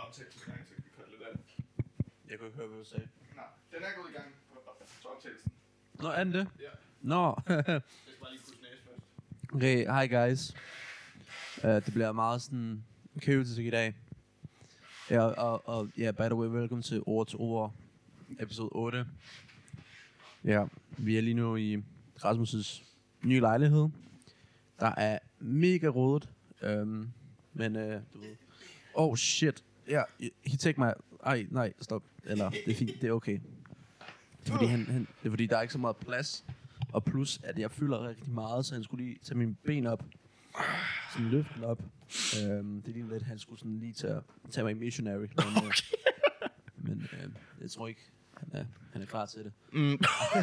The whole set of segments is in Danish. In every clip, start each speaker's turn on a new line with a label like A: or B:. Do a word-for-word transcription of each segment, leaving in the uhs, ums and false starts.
A: optagelsen i gang, så kan vi køre lidt af det.
B: Jeg kunne ikke høre, hvad du sagde.
A: Nej, den er gået i gang på optagelsen.
B: Nå, er den det?
A: Ja.
B: Nå.
A: Jeg skal bare lige kunne næse først.
B: Okay, hi guys. Uh, det bliver meget sådan kaotisk i dag. Ja, og, og ja, by the way, velkommen til Ord til Ord, episode otte. Ja, vi er lige nu i Rasmus' nye lejlighed. Der er mega rodet. Um, men, uh, du ved. Oh shit. Ja, he take my... Ej, nej, stop. Eller, det er fint, det er okay. Det er fordi, han, han, det er fordi der er ikke så meget plads. Og plus, at jeg fylder rigtig meget, så han skulle lige tage mine ben op. Sådan løfte den op. Um, det er lige lidt, han skulle sådan lige tage, tage mig i missionary. Men, uh, men uh, jeg tror ikke, han er, han er klar til det.
A: Mm.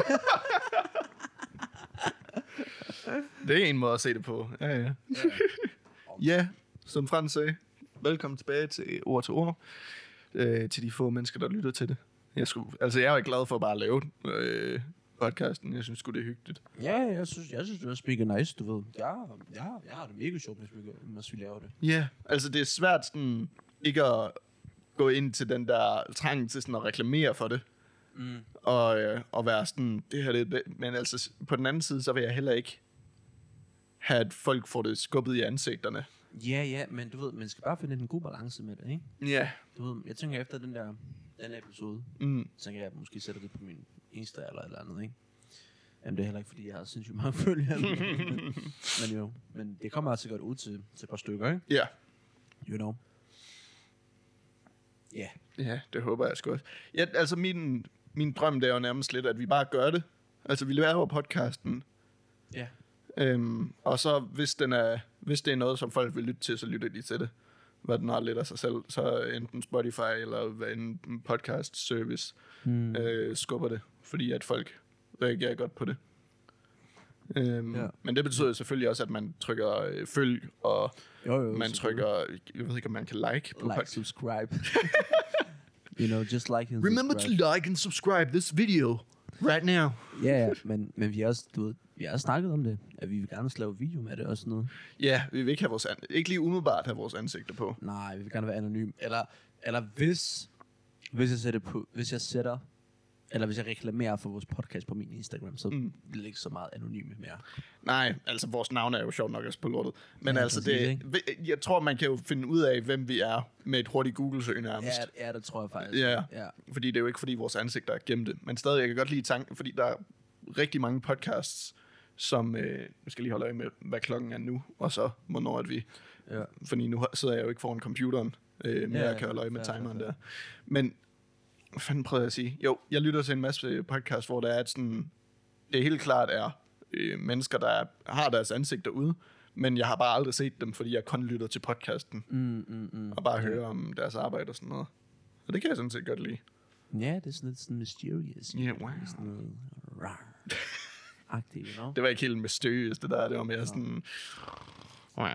A: Det er en måde at se det på. Ja, ja. Ja, som Frans sagde. Velkommen tilbage til Ord til Ord. Øh, til de få mennesker, der lytter til det. Jeg skulle, altså, jeg er jo glad for bare at lave øh, podcasten. Jeg synes sgu, det er hyggeligt.
B: Ja, jeg synes, jeg synes det er mega nice, du ved. Ja, ja, jeg har det mega sjovt, hvis vi laver det.
A: Ja, altså det er svært sådan, ikke at gå ind til den der trang til sådan at reklamere for det.
B: Mm.
A: Og, øh, og være sådan, det her det, men altså på den anden side, så vil jeg heller ikke have, at folk får det skubbet i ansigterne.
B: Ja, ja, men du ved, man skal bare finde en god balance med det, ikke?
A: Ja.
B: Du ved, jeg tænker efter den der, den episode,
A: Mm.
B: så tænker jeg, at jeg måske sætter det på min Insta eller et eller andet, ikke? Jamen det er heller ikke, fordi jeg har sindssygt mange følgere. men, men jo, men det kommer altså godt ud til, til et par stykker, ikke?
A: Ja.
B: You know. Ja. Yeah.
A: Ja, det håber jeg sgu også. Ja, altså min, min drøm, det er jo nærmest lidt, at vi bare gør det. Altså vi laver podcasten.
B: Ja. Yeah.
A: Øhm, og så hvis, den er, hvis det er noget, som folk vil lytte til, så lytter de til det. Hvad den har lidt af sig selv. Så enten Spotify eller en podcast service
B: hmm.
A: øh, skubber det. Fordi at folk reagerer godt på det. Øhm,
B: ja.
A: Men det betyder selvfølgelig også, at man trykker øh, følg, og
B: jo, jo,
A: man trykker, jeg ved ikke, om man kan like på
B: like, subscribe. You know, just like and
A: Remember
B: subscribe.
A: to like and subscribe this video right now.
B: Ja, ja, men, men vi har også, du ved, vi har snakket om det, at vi vil gerne lave video med det og sådan noget.
A: Ja, vi vil ikke have vores an- ikke lige umiddelbart have vores ansigter på.
B: Nej, vi vil gerne være anonym. Eller, eller hvis, hvis jeg sætter på, hvis jeg sætter, eller hvis jeg reklamerer for vores podcast på min Instagram, så mm. bliver det ikke så meget anonyme mere.
A: Nej, altså vores navn er jo sjovt nok også på lortet. Men
B: ja,
A: altså,
B: præcis,
A: det, jeg tror, man kan jo finde ud af, hvem vi er med et hurtigt Google-søg nærmest.
B: Ja, ja, det tror jeg faktisk.
A: Ja,
B: ja,
A: fordi det er jo ikke, fordi vores ansigter er gemte. Men stadig, jeg kan godt lide tanken, fordi der er rigtig mange podcasts, som, øh, nu skal lige holde øje med, hvad klokken er nu, og så hvornår at vi,
B: ja.
A: Fordi nu sidder jeg jo ikke foran computeren, øh, men ja, jeg kan holde øje med ja, timeren ja, ja. der. Men, hvad fanden prøver jeg at sige? Jo, jeg lytter til en masse podcast, hvor der er et sådan, det helt klart er øh, mennesker, der er, har deres ansigter ude, men jeg har bare aldrig set dem, fordi jeg kun lytter til podcasten,
B: mm, mm, mm.
A: og bare hører om deres arbejde og sådan noget. Og det kan jeg sådan set godt lide.
B: Ja, det er sådan lidt sådan mysterious.
A: Ja, yeah, wow.
B: Sådan noget rar-agtigt, you know?
A: Det var ikke helt mysterious, det der. Det var mere no. sådan... Wow.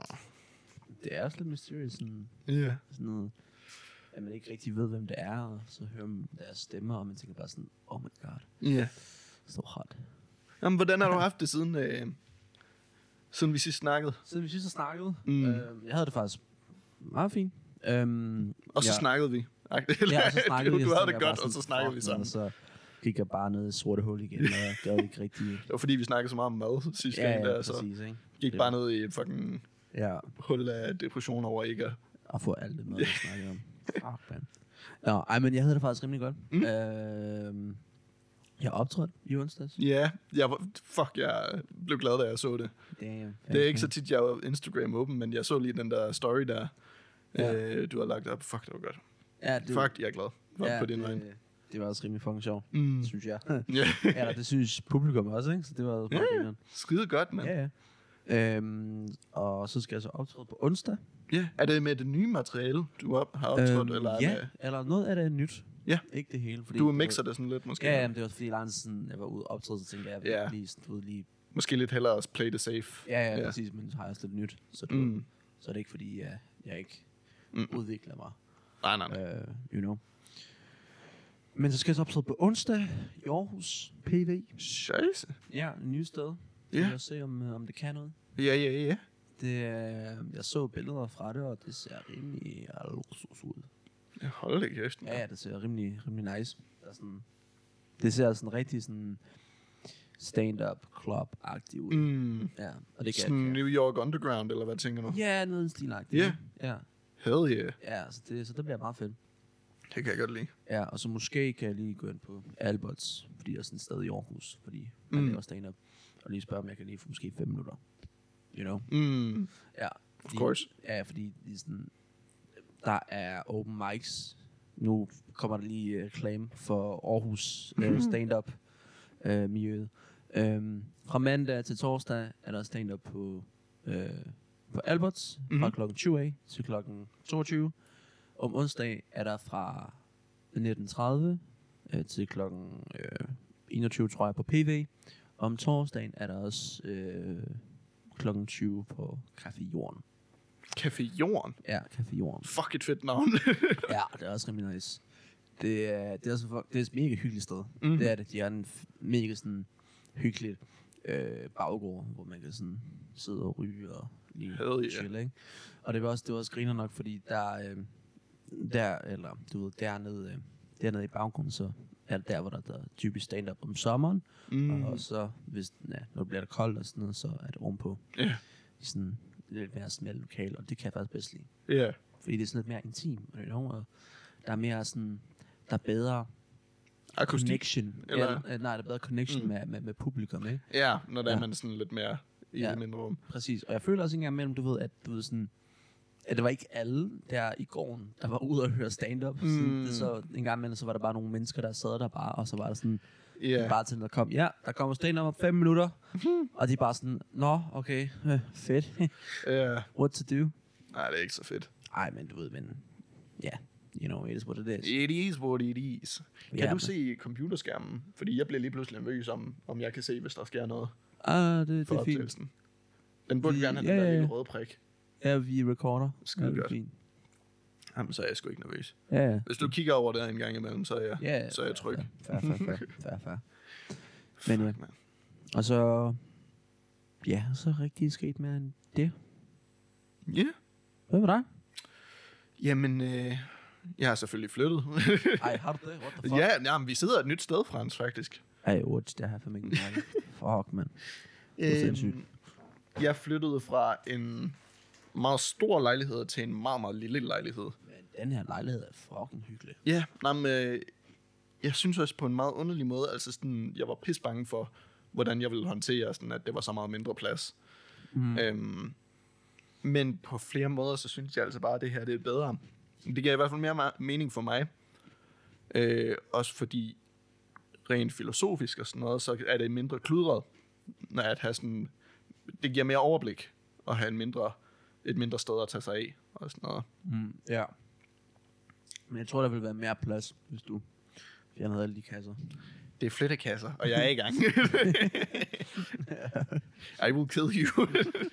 B: Det er også lidt mysterious, sådan,
A: yeah.
B: sådan noget, at man ikke rigtig ved, hvem det er, og så hører man deres stemmer, og man tænker bare sådan, oh my god.
A: Ja. Yeah.
B: So hot.
A: Jamen, hvordan har du haft det siden, øh, siden vi sidst snakkede?
B: Siden vi sidst snakkede?
A: Mm.
B: Øh, jeg havde det faktisk meget fint. Øhm,
A: og så
B: ja.
A: snakkede vi.
B: Ja, og så snakkede
A: du,
B: vi.
A: Du havde det godt,
B: sådan,
A: og så snakkede vi sammen.
B: Og så gik jeg bare ned i sorte hul igen, og jeg gad ikke rigtig...
A: Det var fordi, vi snakkede så meget om mad sidste
B: ja,
A: gang,
B: ja,
A: der, så
B: præcis, ikke?
A: gik
B: det
A: bare ned i et fucking
B: ja.
A: hul af depression over ikke at...
B: Og få alt det mad, vi snakkede om. Fuck, man. Nå, ej, men jeg havde det faktisk rimelig godt. Mm. Øh, jeg optrådte i onsdags.
A: Ja, yeah, jeg var, fuck, jeg blev glad, da jeg så det.
B: Damn.
A: Det er ikke så tit, jeg var Instagram åben, men jeg så lige den der story der,
B: ja.
A: øh, du har lagt op. Fuck, det var godt.
B: Ja, det,
A: fuck, jeg er glad. Fuck
B: ja,
A: på din
B: det,
A: vej.
B: Det var også rimelig fucking sjovt,
A: mm.
B: synes jeg.
A: Yeah.
B: Ja, det synes publikum også, ikke? Så det var
A: ja, yeah, skide godt, mand.
B: Ja, ja. Øhm, og så skal jeg så optræde på onsdag.
A: Ja, yeah. Er det med det nye materiale, du har optrådt?
B: Øhm,
A: eller
B: ja,
A: det...
B: eller noget af det er nyt.
A: Ja.
B: Ikke det hele. Fordi
A: du mixer det sådan lidt, måske?
B: Ja, jamen, det var fordi, Lars, sådan, jeg var ude og optræde, så tænkte jeg, at jeg
A: yeah.
B: lige, sådan, lige...
A: Måske lidt hellere også play det safe.
B: Ja, ja, ja. Præcis, men så har jeg også lidt nyt. Så, du,
A: mm.
B: så er det ikke fordi, jeg, jeg ikke
A: mm.
B: udvikler mig.
A: Nej, nej, nej.
B: Uh, you know. Men så skal jeg så optræde på onsdag i Aarhus, P V.
A: Scheisse.
B: Ja, et nyt sted. Så
A: ja.
B: jeg se, om, om det kan noget.
A: Ja, ja, ja.
B: Det, jeg så billeder fra det, og det ser rimelig luksus ud.
A: Hold da kæft.
B: Ja, ja, det ser rimelig, rimelig nice. Der er sådan, det ser sådan rigtig sådan stand-up club-agtigt ud.
A: Mm.
B: Ja, og det kan
A: Sådan New York Underground, eller hvad tænker du?
B: Ja, noget stilagtigt.
A: Ja.
B: Ja.
A: Hell yeah.
B: Ja, så det, så det bliver meget fedt.
A: Det kan jeg godt lide.
B: Ja, og så måske kan jeg lige gå ind på Alberts, fordi jeg er sådan et sted i Aarhus, fordi man
A: Mm.
B: laver stand-up, og lige spørge, om jeg kan lige få måske fem minutter. You know?
A: Mm.
B: Ja.
A: Of course.
B: Ja, fordi det er sådan, der er open mics. Nu kommer der lige uh, claim for Aarhus uh, stand-up uh, miljøet. Um, fra mandag til torsdag er der stand-up på, uh, på Alberts mm-hmm. fra klokken tyve af til klokken toogtyve. Om onsdag er der fra nitten tredive uh, til klokken uh, enogtyve, tror jeg, på P V. Om torsdagen er der også uh, klokken tyve på Café Jorden.
A: Café Jorden?
B: Ja, Café Jorden.
A: Fuck et fedt navn.
B: Ja, det er også rimelig nice. Det er, det er, også, det er et mega hyggeligt sted.
A: Mm.
B: Det er det. De har en f- mega sådan hyggeligt øh, baggård, hvor man kan sådan sidde og ryge og lige
A: Hell yeah.
B: chille, ikke? Og det var også, det var også griner nok, fordi der, øh, der, eller du ved, dernede, øh, dernede i baggrunden, så er det der, hvor der, der er typisk stand-up om sommeren.
A: Mm.
B: Og så, hvis, ja, når det bliver der koldt og sådan noget, så er det ovenpå.
A: Ja. Yeah.
B: I sådan lidt mere smalle lokale, og det kan jeg faktisk bedst lide.
A: Ja. Yeah.
B: Fordi det er sådan lidt mere intim, you know? Og der er mere sådan, der er bedre
A: Akustik.
B: connection.
A: Eller?
B: Ja, nej, der er bedre connection
A: Mm.
B: med, med, med publikum, ikke?
A: Ja, når der
B: Ja.
A: er man sådan lidt mere i
B: Ja.
A: det mindre rum.
B: Præcis. Og jeg føler også engang mellem, du ved, at du ved sådan, at det var ikke alle der i gården, der var ude og høre stand-up.
A: Mm.
B: Mm. Det, så en gang imellem, så var der bare nogle mennesker, der sad der bare, og så var der sådan,
A: Ja.
B: yeah. bare til der kom, ja, der kommer stand-up om fem minutter, og de er bare sådan, nå, okay, øh, fedt,
A: Ja.
B: what to do?
A: Nej, det er ikke så fedt.
B: Ej, men du ved, men, ja, yeah, you know, it is what it is.
A: It is what it is. Kan
B: Ja,
A: du
B: men-
A: se computerskærmen? Fordi jeg bliver lige pludselig nervøs om, om jeg kan se, hvis der sker noget
B: Ah, det, det
A: for
B: er fint.
A: optagelsen. Den burde
B: Vi-
A: gerne have
B: ja,
A: den der
B: ja,
A: lille
B: ja.
A: røde prik.
B: Ja, vi recorder.
A: Skide
B: ja, det er
A: godt.
B: fint.
A: Jamen, så er jeg sgu ikke nervøs.
B: Ja, ja.
A: Hvis du kigger over der en gang imellem, så er jeg,
B: Ja,
A: så er jeg tryg.
B: Fair, fair, fair, fair, fair. Men ja.
A: Fuck, man.
B: Og så, ja, så er rigtig sket mere end det.
A: Ja.
B: Hvad med dig?
A: Jamen, øh, jeg har selvfølgelig flyttet.
B: Ej, har du det? What the fuck?
A: ja, jamen, vi sidder et nyt sted, Frans, faktisk.
B: Ej, what, det har jeg fandme ikke engang. Fuck, mand. Det er sindssygt.
A: Øhm, jeg flyttede fra en meget stor lejlighed til en meget, meget lille lejlighed.
B: Men den her lejlighed er fucking hyggelig.
A: Ja, nej, men, øh, jeg synes også på en meget underlig måde, altså sådan, jeg var pis bange for, hvordan jeg ville håndtere, sådan, at det var så meget mindre plads.
B: Mm.
A: Øhm, men på flere måder, så synes jeg altså bare, at det her det er bedre. Det giver i hvert fald mere ma- mening for mig. Øh, også fordi, rent filosofisk og sådan noget, så er det mindre kludret, når at have sådan, det giver mere overblik, at have en mindre, et mindre sted at tage sig af, og sådan noget.
B: Mm, ja. Men jeg tror, der vil være mere plads, hvis du fjernede alle de kasser.
A: Det er flyttekasser, og jeg er i gang. I will kill you.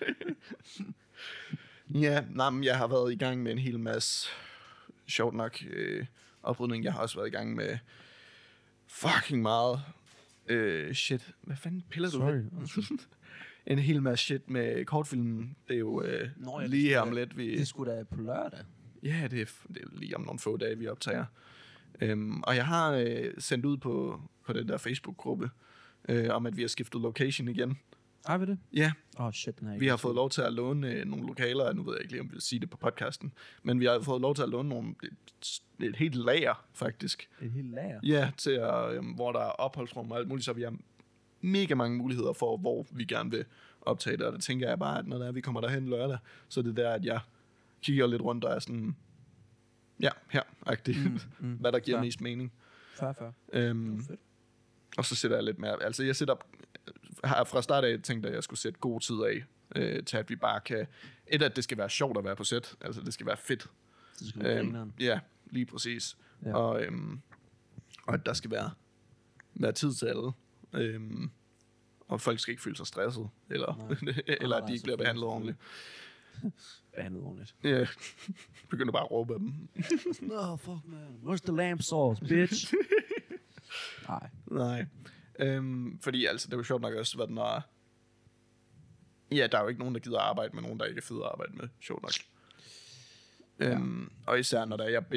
A: ja, nej, men jeg har været i gang med en hel masse, sjovt nok, øh, oprydning. Jeg har også været i gang med fucking meget øh, shit. Hvad fanden piller du
B: Sorry.
A: ved? En hel masse shit med kortfilmen. Det er jo øh,
B: Nå, ja,
A: lige
B: det
A: her
B: er-
A: om lidt. Vi,
B: Det skulle da på lørdag.
A: Ja, det er, det er lige om nogle få dage, vi optager. Øhm, og jeg har øh, sendt ud på, på den der Facebook-gruppe, øh, om at vi har skiftet location igen.
B: Har vi det?
A: Ja,
B: Åh, oh, shit, den har jeg
A: vi
B: ikke
A: har
B: set.
A: fået lov til at låne øh, nogle lokaler. Nu ved jeg ikke lige, om vi vil sige det på podcasten. Men vi har fået lov til at låne nogle, et, et helt lager, faktisk.
B: Et helt lager.
A: Ja, til at, øh, hvor der er opholdsrum og alt muligt, så vi har mega mange muligheder for, hvor vi gerne vil optage det. Og der tænker jeg bare, at når der er, vi kommer derhen lørdag, så er det der, at jeg kigger lidt rundt og er sådan, ja, her-agtigt,
B: Mm, mm.
A: hvad der giver
B: Fair.
A: mest mening.
B: Fair, fair.
A: Øhm,
B: Fedt.
A: og så sætter jeg lidt mere, altså jeg sætter, har fra start af tænkt, at jeg skulle sætte god tid af, øh, til at vi bare kan, et at det skal være sjovt at være på sæt, altså det skal være fedt.
B: Det skal være
A: Øhm, ja, lige præcis.
B: Ja.
A: Ja. Og, øhm, og at der skal være, være tid til alle. Øhm, og folk skal ikke føle sig stresset, eller, eller at de ikke bliver behandlet ordentligt.
B: behandlet ordentligt.
A: Ja, begynder bare at råbe af dem.
B: No, fuck man. Where's the lamb sauce, bitch? Nej.
A: Nej. Øhm, fordi altså, det var sjovt nok også, hvad den er. Ja, der er jo ikke nogen, der gider arbejde med nogen, der ikke er fede at arbejde med. Sjovt nok. Ja. Øhm, og især når der jeg beder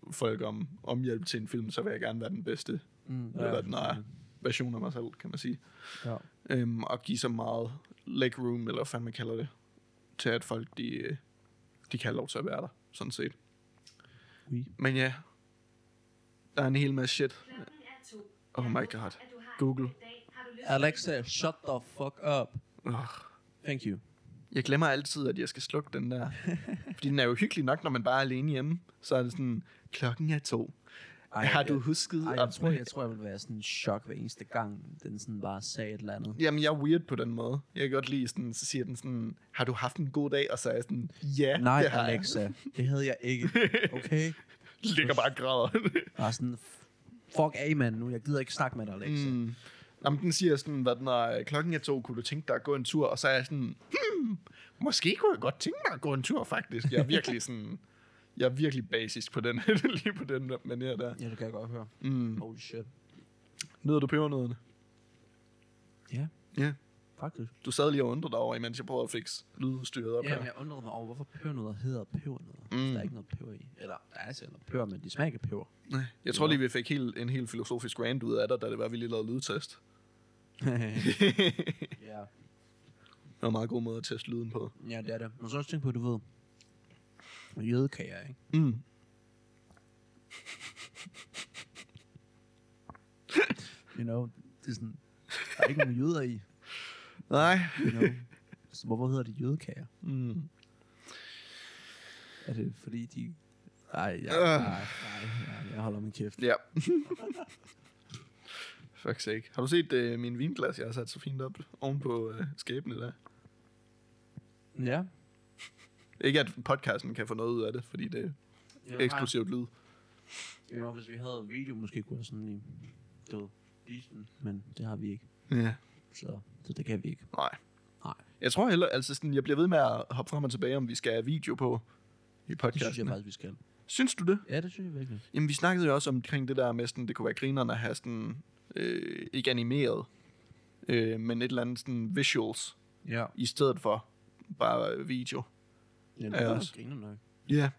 A: folk om, om hjælp til en film, så vil jeg gerne være den bedste
B: Mm,
A: eller hvad den er, version af mig selv, kan man sige.
B: Ja.
A: Øhm, og give så meget leg room, eller hvad man kalder det, til at folk, de, de kan have lov til at være der, sådan set.
B: Oui.
A: Men ja, der er en hel masse shit. Oh my god. Google.
B: Alexa, shut the fuck up.
A: Oh.
B: Thank you.
A: Jeg glemmer altid, at jeg skal slukke den der. Fordi den er jo hyggelig nok, når man bare er alene hjemme. Så er det sådan, klokken er to. Ej, har du
B: jeg,
A: husket?
B: Ej, jeg, tror, jeg tror, jeg vil være sådan en chok hver eneste gang, den sådan bare sagde et eller andet.
A: Jamen, jeg er weird på den måde. Jeg kan godt lide sådan, så siger den sådan, har du haft en god dag? Og så er jeg sådan, ja,
B: Nej,
A: det har
B: Alexa,
A: jeg.
B: det havde jeg ikke. Okay?
A: Ligger bare og græder.
B: Bare sådan, fuck af, mand, nu. Jeg gider ikke snakke med dig, Alexa.
A: Mm. Jamen, den siger sådan, hvad den er, klokken er to, kunne du tænke dig at gå en tur? Og så er jeg sådan, hmm, måske kunne jeg godt tænke mig at gå en tur, faktisk. Jeg er virkelig sådan, jeg er virkelig basisk på den, lige på den manier der.
B: Ja, det kan jeg godt høre.
A: Mm.
B: Holy shit.
A: Nyder du pebernødderne?
B: Ja,
A: Ja.
B: faktisk.
A: Du sad lige og undrede dig over, imens jeg prøvede at fikse lydstyret op
B: Ja,
A: her.
B: men jeg undrede mig over, hvorfor pebernødder hedder pebernødder.
A: Mm.
B: Mm. Der er ikke noget peber i. Eller, der er sikkert noget peber, men de smager ikke af peber.
A: Nej, jeg tror lige, vi fik helt, en helt filosofisk rant ud af dig, da det var, vi lige lavede lydtest.
B: Ja.
A: Det var en meget god måde at teste lyden på.
B: Ja, det er det. Men så også tænke på, at du ved, jødekager, ikke?
A: Mm.
B: You know, det er sådan, der er ikke nogen jøder i,
A: Nej.
B: you know. Så hvorfor hedder det jødekager?
A: Mm.
B: Er det fordi de... Nej, ja,
A: Øh.
B: nej, nej, nej, jeg holder min kæft.
A: Ja. Fuck sake. Har du set uh, min vinglas, jeg har sat så fint op oven på uh, skæbene der?
B: Ja.
A: Ikke at podcasten kan få noget ud af det, fordi det er eksklusivt lyd.
B: You know, hvis vi havde video, måske kunne jeg sådan lige... Du ved, vise den, men det har vi ikke.
A: Ja.
B: Så, så det kan vi ikke.
A: Nej.
B: Nej.
A: Jeg tror heller, altså sådan, jeg bliver ved med at hoppe frem og tilbage, om vi skal have video på i podcasten.
B: Det synes jeg faktisk, vi skal.
A: Synes du det?
B: Ja, det synes jeg virkelig.
A: Jamen, vi snakkede jo også omkring det der med, sådan, det kunne være grinerne at have sådan, øh, ikke animeret, øh, men et eller andet sådan visuals,
B: Ja.
A: i stedet for bare video.
B: Ja, det
A: Ja,
B: er
A: også.
B: også griner nok.
A: Ja. Yeah.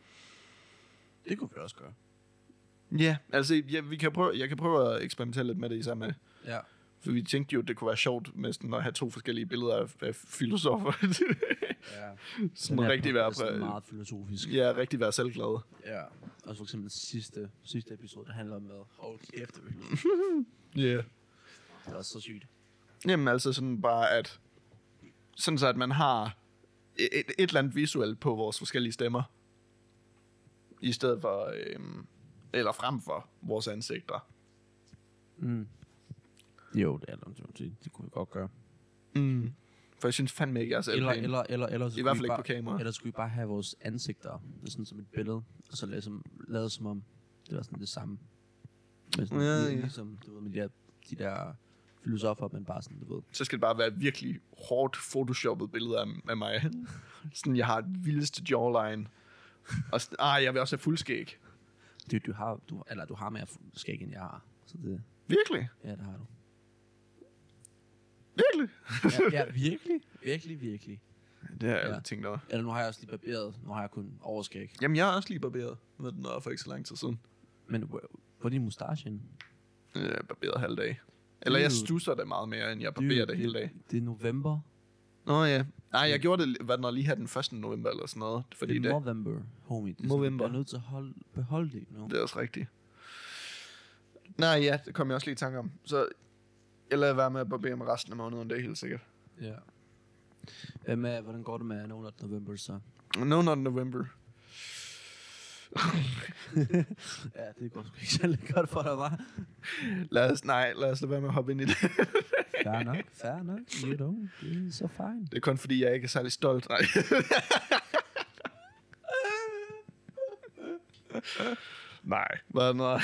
B: Det kunne vi også gøre.
A: Ja, yeah, altså, ja, vi kan prøve, jeg kan prøve at eksperimentere lidt med det i sammen.
B: Ja.
A: For vi tænkte jo, det kunne være sjovt med sådan at have to forskellige billeder af, af filosofer.
B: Ja.
A: Som
B: Den her
A: rigtig være,
B: podcast er meget filosofisk.
A: ja, rigtig være selvglade.
B: Ja. Og for eksempel sidste, sidste episode, der handler om mad. Hold kæft, det
A: Ja. Yeah.
B: er også så sygt.
A: Jamen altså sådan bare, at sådan så, at man har et, et, et eller andet visuelt på vores forskellige stemmer. I stedet for, øhm, eller frem for vores ansigter.
B: Mm. Jo, det er noget, det, det kunne vi godt gøre.
A: Mm. For jeg synes fandme ikke, jeg er selv
B: Eller,
A: pæn.
B: eller, eller, eller, så
A: I
B: skulle
A: hvert
B: vi
A: fald ikke
B: bare,
A: på kamera.
B: Eller skulle vi bare have vores ansigter sådan som et billede, og så lade som, lade som om, det var sådan det samme. Med sådan,
A: Ja,
B: ja,
A: ja.
B: ja. Ligesom, du ved, med de der, de der filosofer, men bare sådan, du ved.
A: Så skal det bare være et virkelig hårdt photoshoppet billede af, af mig. Sådan, jeg har et vildeste jawline. Og sådan, ah, jeg vil også have fuldskæg.
B: Du, du har, du, eller du har mere skæg, end jeg har. Så det,
A: Virkelig?
B: ja, det har du.
A: Virkelig?
B: Ja, ja virkelig, virkelig, virkelig.
A: Det har jeg
B: Ja.
A: aldrig tænkt over.
B: Eller nu har jeg også lige barberet, nu har jeg kun overskæg.
A: Jamen, jeg har også lige barberet. Ved den der for ikke så lang tid siden.
B: Men hvor hvor er din mustache?
A: Jeg har barberet halv dag. Eller jeg
B: Dude.
A: stusser det meget mere, end jeg barberer det hele dag.
B: Det er november.
A: Nå ja. Nej, jeg gjorde det, hvad den var lige her den første november eller sådan noget. Fordi
B: det
A: det,
B: er November, homie. Det er
A: November.
B: Sådan, du er nødt til at holde, beholde det, you know?
A: det er også rigtigt. Nej, ja, det kom jeg også lige i tanke om. Så jeg lader være med at barbere med resten af måneden, det er helt sikkert.
B: Ja. Hvad med, hvordan går det med No Not November så?
A: No, not November.
B: Ja, det går sgu ikke særlig godt for dig, hva'?
A: Lad os, nej, lad os lade være med at hoppe ind i det.
B: Fair nok, fair nok. You know, det er så fint.
A: Det er kun fordi, jeg ikke er særlig stolt. Nej. Nej, hvad nu?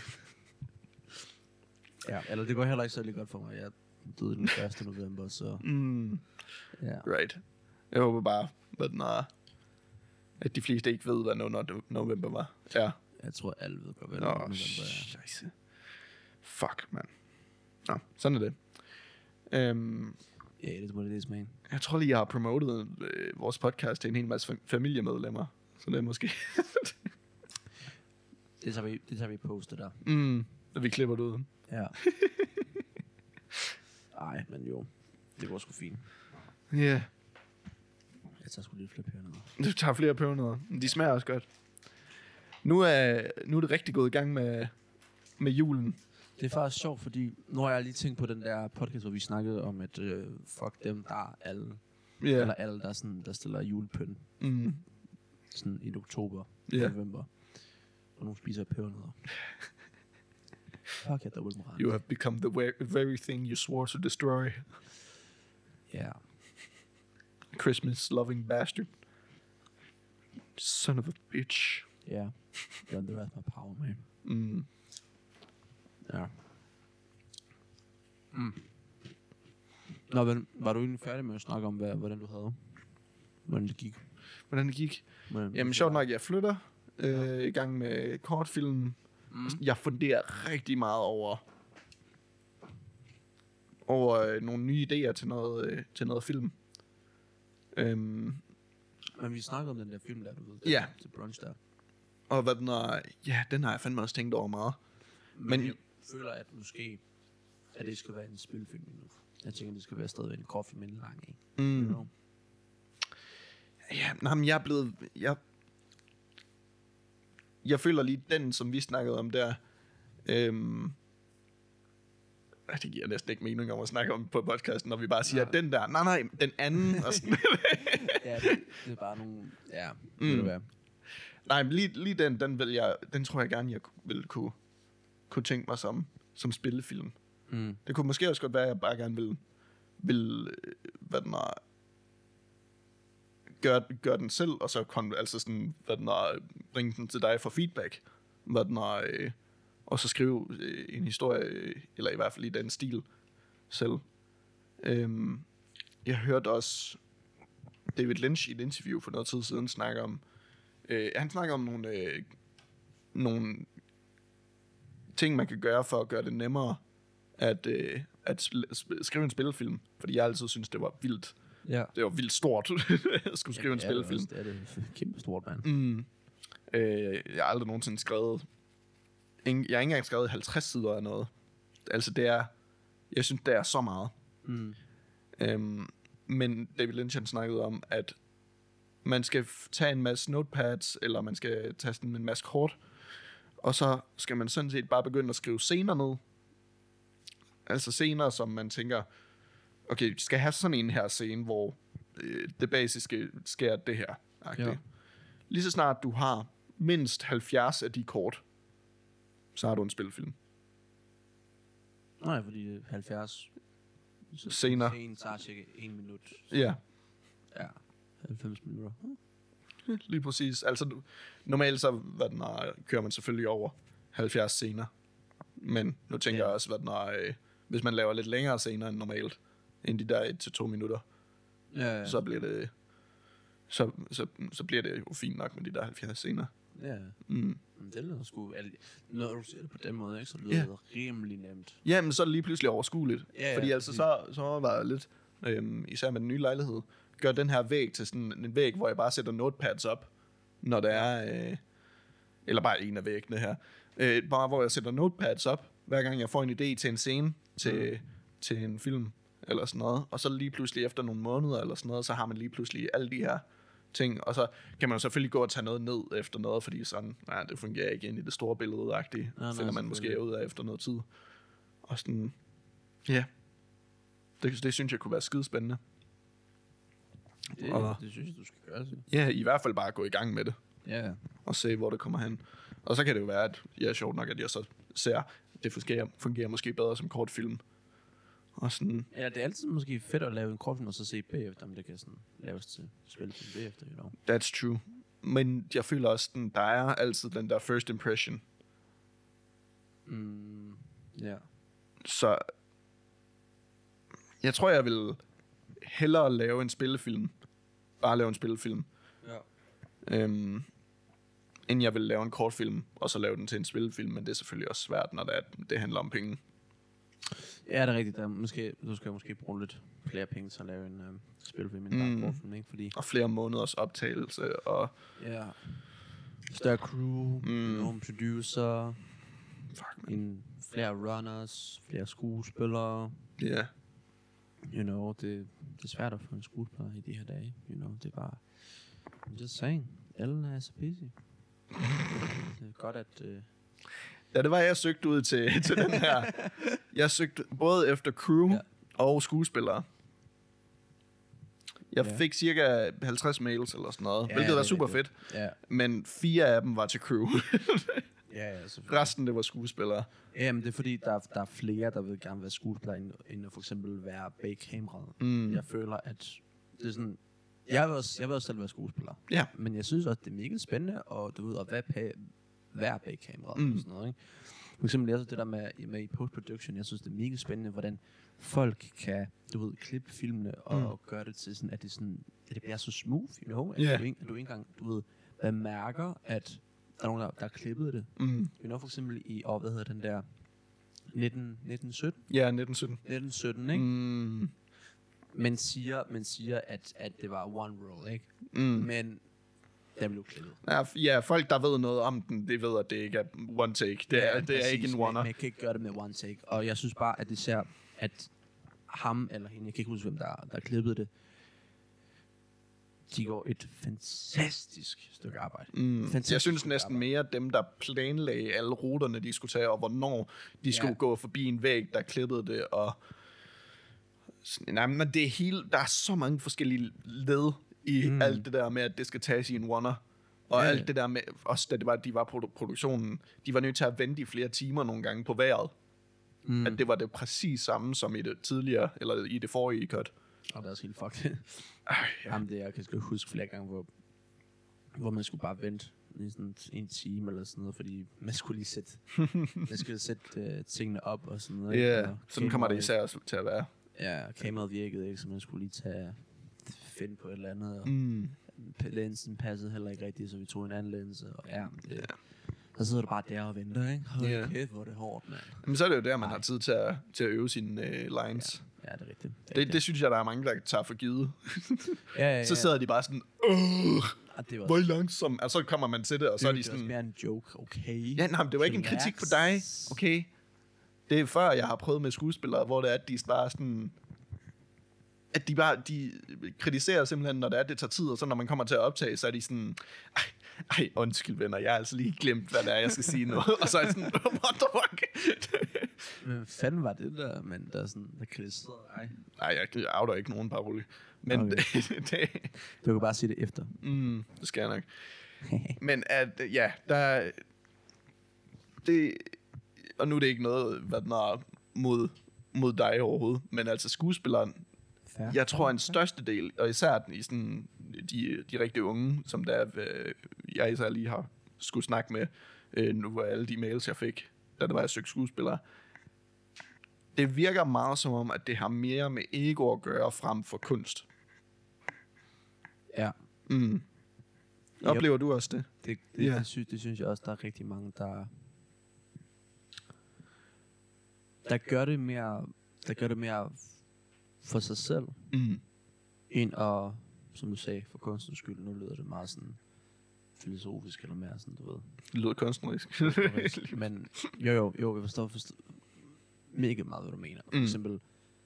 B: Ja, eller det går heller ikke særlig godt for mig. Jeg døde den første november, så
A: Mm,
B: ja.
A: right. Jeg håber bare, hvad den er, at de fleste ikke ved, hvad No Not November var. Ja.
B: Jeg tror, alle ved godt, hvad
A: Nå,
B: november er.
A: scheisse. Fuck, mand. Nå, sådan er det. Øhm,
B: Ja, det er what it is, man.
A: jeg tror lige, jeg har promotet øh, vores podcast til en hel masse fam- familiemedlemmer. Så det er måske...
B: Det tager vi, det tager vi postet der.
A: Mm, og vi klipper det ud.
B: Ja. Ej, men jo. Det var sgu fint.
A: Ja. Yeah.
B: Jeg tager sgu lidt flere pebernødder.
A: Du tager flere pebernødder. De smager også godt. Nu er, nu er det rigtig gået i gang med, med julen.
B: Det er faktisk sjovt, fordi nu har jeg lige tænkt på den der podcast, hvor vi snakkede om, at øh, fuck dem, der er alle.
A: Yeah.
B: Eller alle, der, sådan, der stiller julepynt.
A: Mm.
B: Sådan i oktober,
A: Yeah.
B: november. Og nogle spiser pebernødder. Fuck, jeg dobbelt moral.
A: You have become the ve- very thing you swore to destroy.
B: Ja. Yeah.
A: Christmas loving bastard. Son of a bitch.
B: Ja. Yeah. Done the rest of my power, man.
A: Mm.
B: Ja. Mm. Nå, men var du egentlig færdig med at snakke om, hvad, hvordan du havde? Hvordan det gik?
A: Hvordan det gik?
B: Hvordan,
A: Jamen sjovt nok, jeg flytter øh, ja. i gang med kortfilm. Mm. Jeg funderer rigtig meget over over øh, nogle nye idéer til noget øh, til noget film. Øhm,
B: Men vi snakkede om den der film der, du ved.
A: Ja.
B: Til brunch der.
A: og hvad den er, ja, den har jeg fandme også tænkt over meget.
B: Men,
A: Men
B: jeg føler, at måske, at det skal være en spilfilm nu. Jeg tænker, det skal være stadigvæk en kortfilm inden lang, ikke?
A: Mm.
B: You know?
A: Ja, nej, men jeg er blevet... Jeg, jeg føler lige den, som vi snakkede om der... Øhm, det giver næsten ikke mening om at snakke om på podcasten, når vi bare siger,
B: Nej.
A: den der, nej, nej, den anden. Og sådan.
B: Ja, det, det er bare nogle... Ja, mm. Ved du hvad?
A: Nej, men lige, lige den, den, vil jeg, den tror jeg gerne, jeg vil kunne, kunne tænke mig som, som spillefilm.
B: Mm.
A: Det kunne måske også godt være, at jeg bare gerne vil, vil øh, hvad den er, gøre, gøre den selv, og så kon, altså sådan, hvad den er, bringe den til dig for feedback, hvad den er, øh, og så skrive øh, en historie, øh, eller i hvert fald i den stil selv. Øhm, jeg hørte også David Lynch i et interview for noget tid siden snakke om, øh, han snakker om nogle, øh, nogle ting, man kan gøre for at gøre det nemmere at, øh, at spil- skrive en spillefilm, fordi jeg altid synes det var vildt.
B: Ja.
A: Det var vildt stort at skulle skrive
B: ja,
A: en spillefilm.
B: Det er det, det er kæmpe stort, mand.
A: Mm. Øh, jeg har aldrig nogensinde skrevet... Ingen, jeg har ikke engang skrevet halvtreds sider af noget. Altså det er... Jeg synes, det er så meget.
B: Mm.
A: Øhm, men David Lynch han snakkede om, at man skal f- tage en masse notepads, eller man skal tage sådan en masse kort, og så skal man sådan set bare begynde at skrive scener ned. Altså scener, som man tænker, okay, vi skal have sådan en her scene, hvor øh, det basiske sker det her.
B: Ja.
A: Lige så snart du har mindst halvfjerds af de kort, så har du en spilfilm.
B: Nej, fordi det er halvfjerds
A: Scener.
B: Scenen tager cirka en minut.
A: Ja.
B: Ja, halvfems minutter.
A: Lige præcis. Altså, du- normalt så hvad den er, kører man selvfølgelig over halvfjerds scener. Men nu tænker
B: Ja.
A: jeg også, hvad den er, øh, hvis man laver lidt længere scener end normalt, end de der et til to minutter,
B: Ja, ja.
A: så bliver det så, så, så bliver det jo fint nok med de der halvfjerds scener.
B: Ja,
A: Mm.
B: men det lyder sgu... al- Når du ser det på den måde, ikke, så lyder
A: Ja.
B: det rimelig nemt.
A: Jamen, så er det lige pludselig overskueligt.
B: Ja, ja,
A: Fordi altså,
B: præcis.
A: så, så var jeg lidt, øhm, især med den nye lejlighed, gør den her væg til sådan en væg, hvor jeg bare sætter notepads op, når det er, øh, eller bare en af væggene her, øh, bare hvor jeg sætter notepads op, hver gang jeg får en idé til en scene, til, mm. til en film, eller sådan noget, og så lige pludselig efter nogle måneder, eller sådan noget, så har man lige pludselig alle de her ting, og så kan man jo selvfølgelig gå og tage noget ned efter noget, fordi sådan, nej, det fungerer ikke ind i det store billede-agtige,
B: Nej, nej,
A: finder man måske
B: selvfølgelig.
A: ud af efter noget tid. Og sådan, ja, det, det synes jeg kunne være skidespændende.
B: Det,
A: Og-
B: det synes jeg, du skal gøre. Så.
A: Ja, i hvert fald bare gå i gang med det,
B: Ja,
A: og se, hvor det kommer hen. Og så kan det jo være, at ja, sjovt nok, at jeg så ser, det fungerer, fungerer måske bedre som kortfilm. Og sådan,
B: ja, det er altid måske fedt at lave en kortfilm, og så se bagefter, om det kan sådan laves til spilfilm bagefter, you know.
A: that's true. Men jeg føler også, den, der er altid den der first impression.
B: Mm, ja.
A: Så jeg tror, jeg vil hellere lave en spillefilm. Bare lave en spillefilm.
B: Ja.
A: Øhm, end jeg vil lave en kortfilm, og så lave den til en spillefilm. Men det er selvfølgelig også svært, når det, er, det handler om penge.
B: Ja, det er rigtigt. Der er måske, du skal måske bruge lidt flere penge til at lave en um, spilfilm end bare en
A: Mm.
B: kortfilm, ikke? Fordi...
A: Og flere måneders optagelse. Og
B: Ja. større crew,
A: Mm.
B: nogle producer,
A: Fuck, man.
B: en, flere runners, flere skuespillere.
A: Ja. Yeah.
B: You know, det, det er svært at få en skuespiller i de her dage. You know, det er bare... I'm just saying. Ellen er så busy. Det er godt, at... Uh...
A: Ja, det var, jeg søgte ud til, til den her. Jeg søgte både efter crew
B: Ja.
A: og skuespillere. Jeg
B: Ja.
A: fik cirka halvtreds mails eller sådan noget,
B: Ja,
A: hvilket
B: det
A: var
B: er
A: super
B: rigtigt.
A: fedt.
B: Ja,
A: Men fire af dem var til crew.
B: ja, ja, selvfølgelig.
A: Resten, det var skuespillere.
B: Jamen, det er fordi, der, er- der er flere, der vil gerne være skuespiller, end, end at for eksempel være bag kameraet.
A: Mm.
B: Jeg føler, at det er sådan... Jeg vil også, jeg vil også selv være skuespiller.
A: Ja.
B: Men jeg synes også, det er mega spændende, og du ved, at være, bag, være bag kameraet
A: Mm.
B: og sådan noget, ikke? For eksempel, jeg synes det der med, med i post-production, jeg synes, det er mega spændende, hvordan folk kan, du ved, klippe filmene og,
A: Mm.
B: og gøre det til sådan, at det, sådan, at det bliver så smooth, you know? At,
A: Ja.
B: du, ikke, at du ikke engang, du ved, bemærker, at der er nogen, der, der har klippet det.
A: Mm.
B: You know, for eksempel i, og hvad hedder den der, nitten, nitten sytten?
A: Ja, nitten sytten.
B: nitten sytten, ikke?
A: Mm.
B: Man siger, man siger at, at det var one roll, ikke?
A: Mm.
B: Men den blev klippet.
A: Ja, f- ja, folk, der ved noget om den, det ved, at det ikke er one take. Det er,
B: Ja,
A: det er
B: præcis,
A: ikke en
B: men-
A: oneer.
B: Men jeg kan ikke gøre det med one take. Og jeg synes bare, at det ser, at ham eller hende, jeg kan ikke huske, hvem der, der klippede det, de går et fantastisk stykke arbejde.
A: Mm.
B: Fantastisk
A: Jeg synes
B: stykke
A: næsten
B: arbejde.
A: mere, dem, der planlagde alle ruterne, de skulle tage, og hvornår de skulle
B: Ja.
A: gå forbi en væg, der klippede det, og... Nej, men det er hele... Der er så mange forskellige led i
B: Mm.
A: mm. alt det der med, at det skal tages i en oneer. Og
B: Ja,
A: ja,
B: ja.
A: alt det der med... Også da det var, de var på produktionen, de var nødt til at vente i flere timer nogle gange på vejret.
B: Mm.
A: Mm. At det var det præcis samme som i det tidligere, eller i det forrige cut.
B: Og det er også helt fucked.
A: Ej, ja.
B: Jamen, det jeg kan sgu huske flere gange, hvor, hvor man skulle bare vente i sådan en time eller sådan noget, fordi man skulle lige sætte, man skulle sætte uh, tingene op og sådan noget.
A: Ja,
B: ikke?
A: yeah,
B: Og
A: sådan kommer det
B: kameraet-
A: især også til at være.
B: Ja, kameraet virkede ikke, så man skulle lige tage finde på et eller andet, og
A: Mm.
B: p- linsen passede heller ikke rigtigt, så vi tog en anden linse, og ja, det,
A: Ja.
B: så sidder du bare der og venter, ikke? Hold
A: Ja.
B: kæft, hvor er det hårdt, mand.
A: Men så er det jo der, man
B: Nej.
A: har tid til at, til at øve sine øh, lines.
B: Ja, det er rigtigt. Det, er
A: Det, det synes jeg, der er mange, der tager for givet.
B: ja, ja, ja.
A: Så sidder de bare sådan, åh,
B: Ah, det var,
A: hvor er I langsom. Og så kommer man til det, og så er de
B: det var også
A: sådan,
B: mere en joke, okay?
A: ja, nej, men det var ikke en kritik på dig,
B: Relax.
A: okay? Det er før, jeg har prøvet med skuespillere, hvor det er, at de bare sådan, at de bare, de kritiserer simpelthen, når det er, det tager tid, og så når man kommer til at optage, så er de sådan, ej, ej undskyld venner, jeg har altså lige glemt, hvad det er, jeg skal sige nu. Og så er jeg sådan, what the fuck?
B: Hvad fanden var det der, men der, sådan, der kritiserede dig?
A: Nej, jeg outer ikke nogen, bare roligt. Men
B: Okay.
A: det, det,
B: Du kan bare sige det efter.
A: mm, det skal jeg nok. Men at, ja, der det, og nu er det ikke noget, hvad den er mod, mod dig overhovedet, men altså skuespilleren,
B: Fair.
A: jeg tror en største del, og især i sådan de, de rigtig unge, som der øh, jeg især lige har skulle snakke med, øh, nu var alle de mails, jeg fik, da det var, jeg søgte skuespillere, det virker meget som om, at det har mere med ego at gøre frem for kunst.
B: Ja,
A: Mm. Oplever du også det?
B: det, det,
A: Ja.
B: det, synes, det synes jeg også, der er rigtig mange, der der gør det mere, der gør det mere for sig selv,
A: Mm.
B: end at, som du sagde, for kunstens skyld. Nu lyder det meget sådan filosofisk, eller mere sådan, du ved.
A: Det lyder kunstnerisk.
B: kunstnerisk. Men jo, jo, jo, jeg forstår, forstår mega meget, hvad du mener. For
A: Mm.
B: eksempel,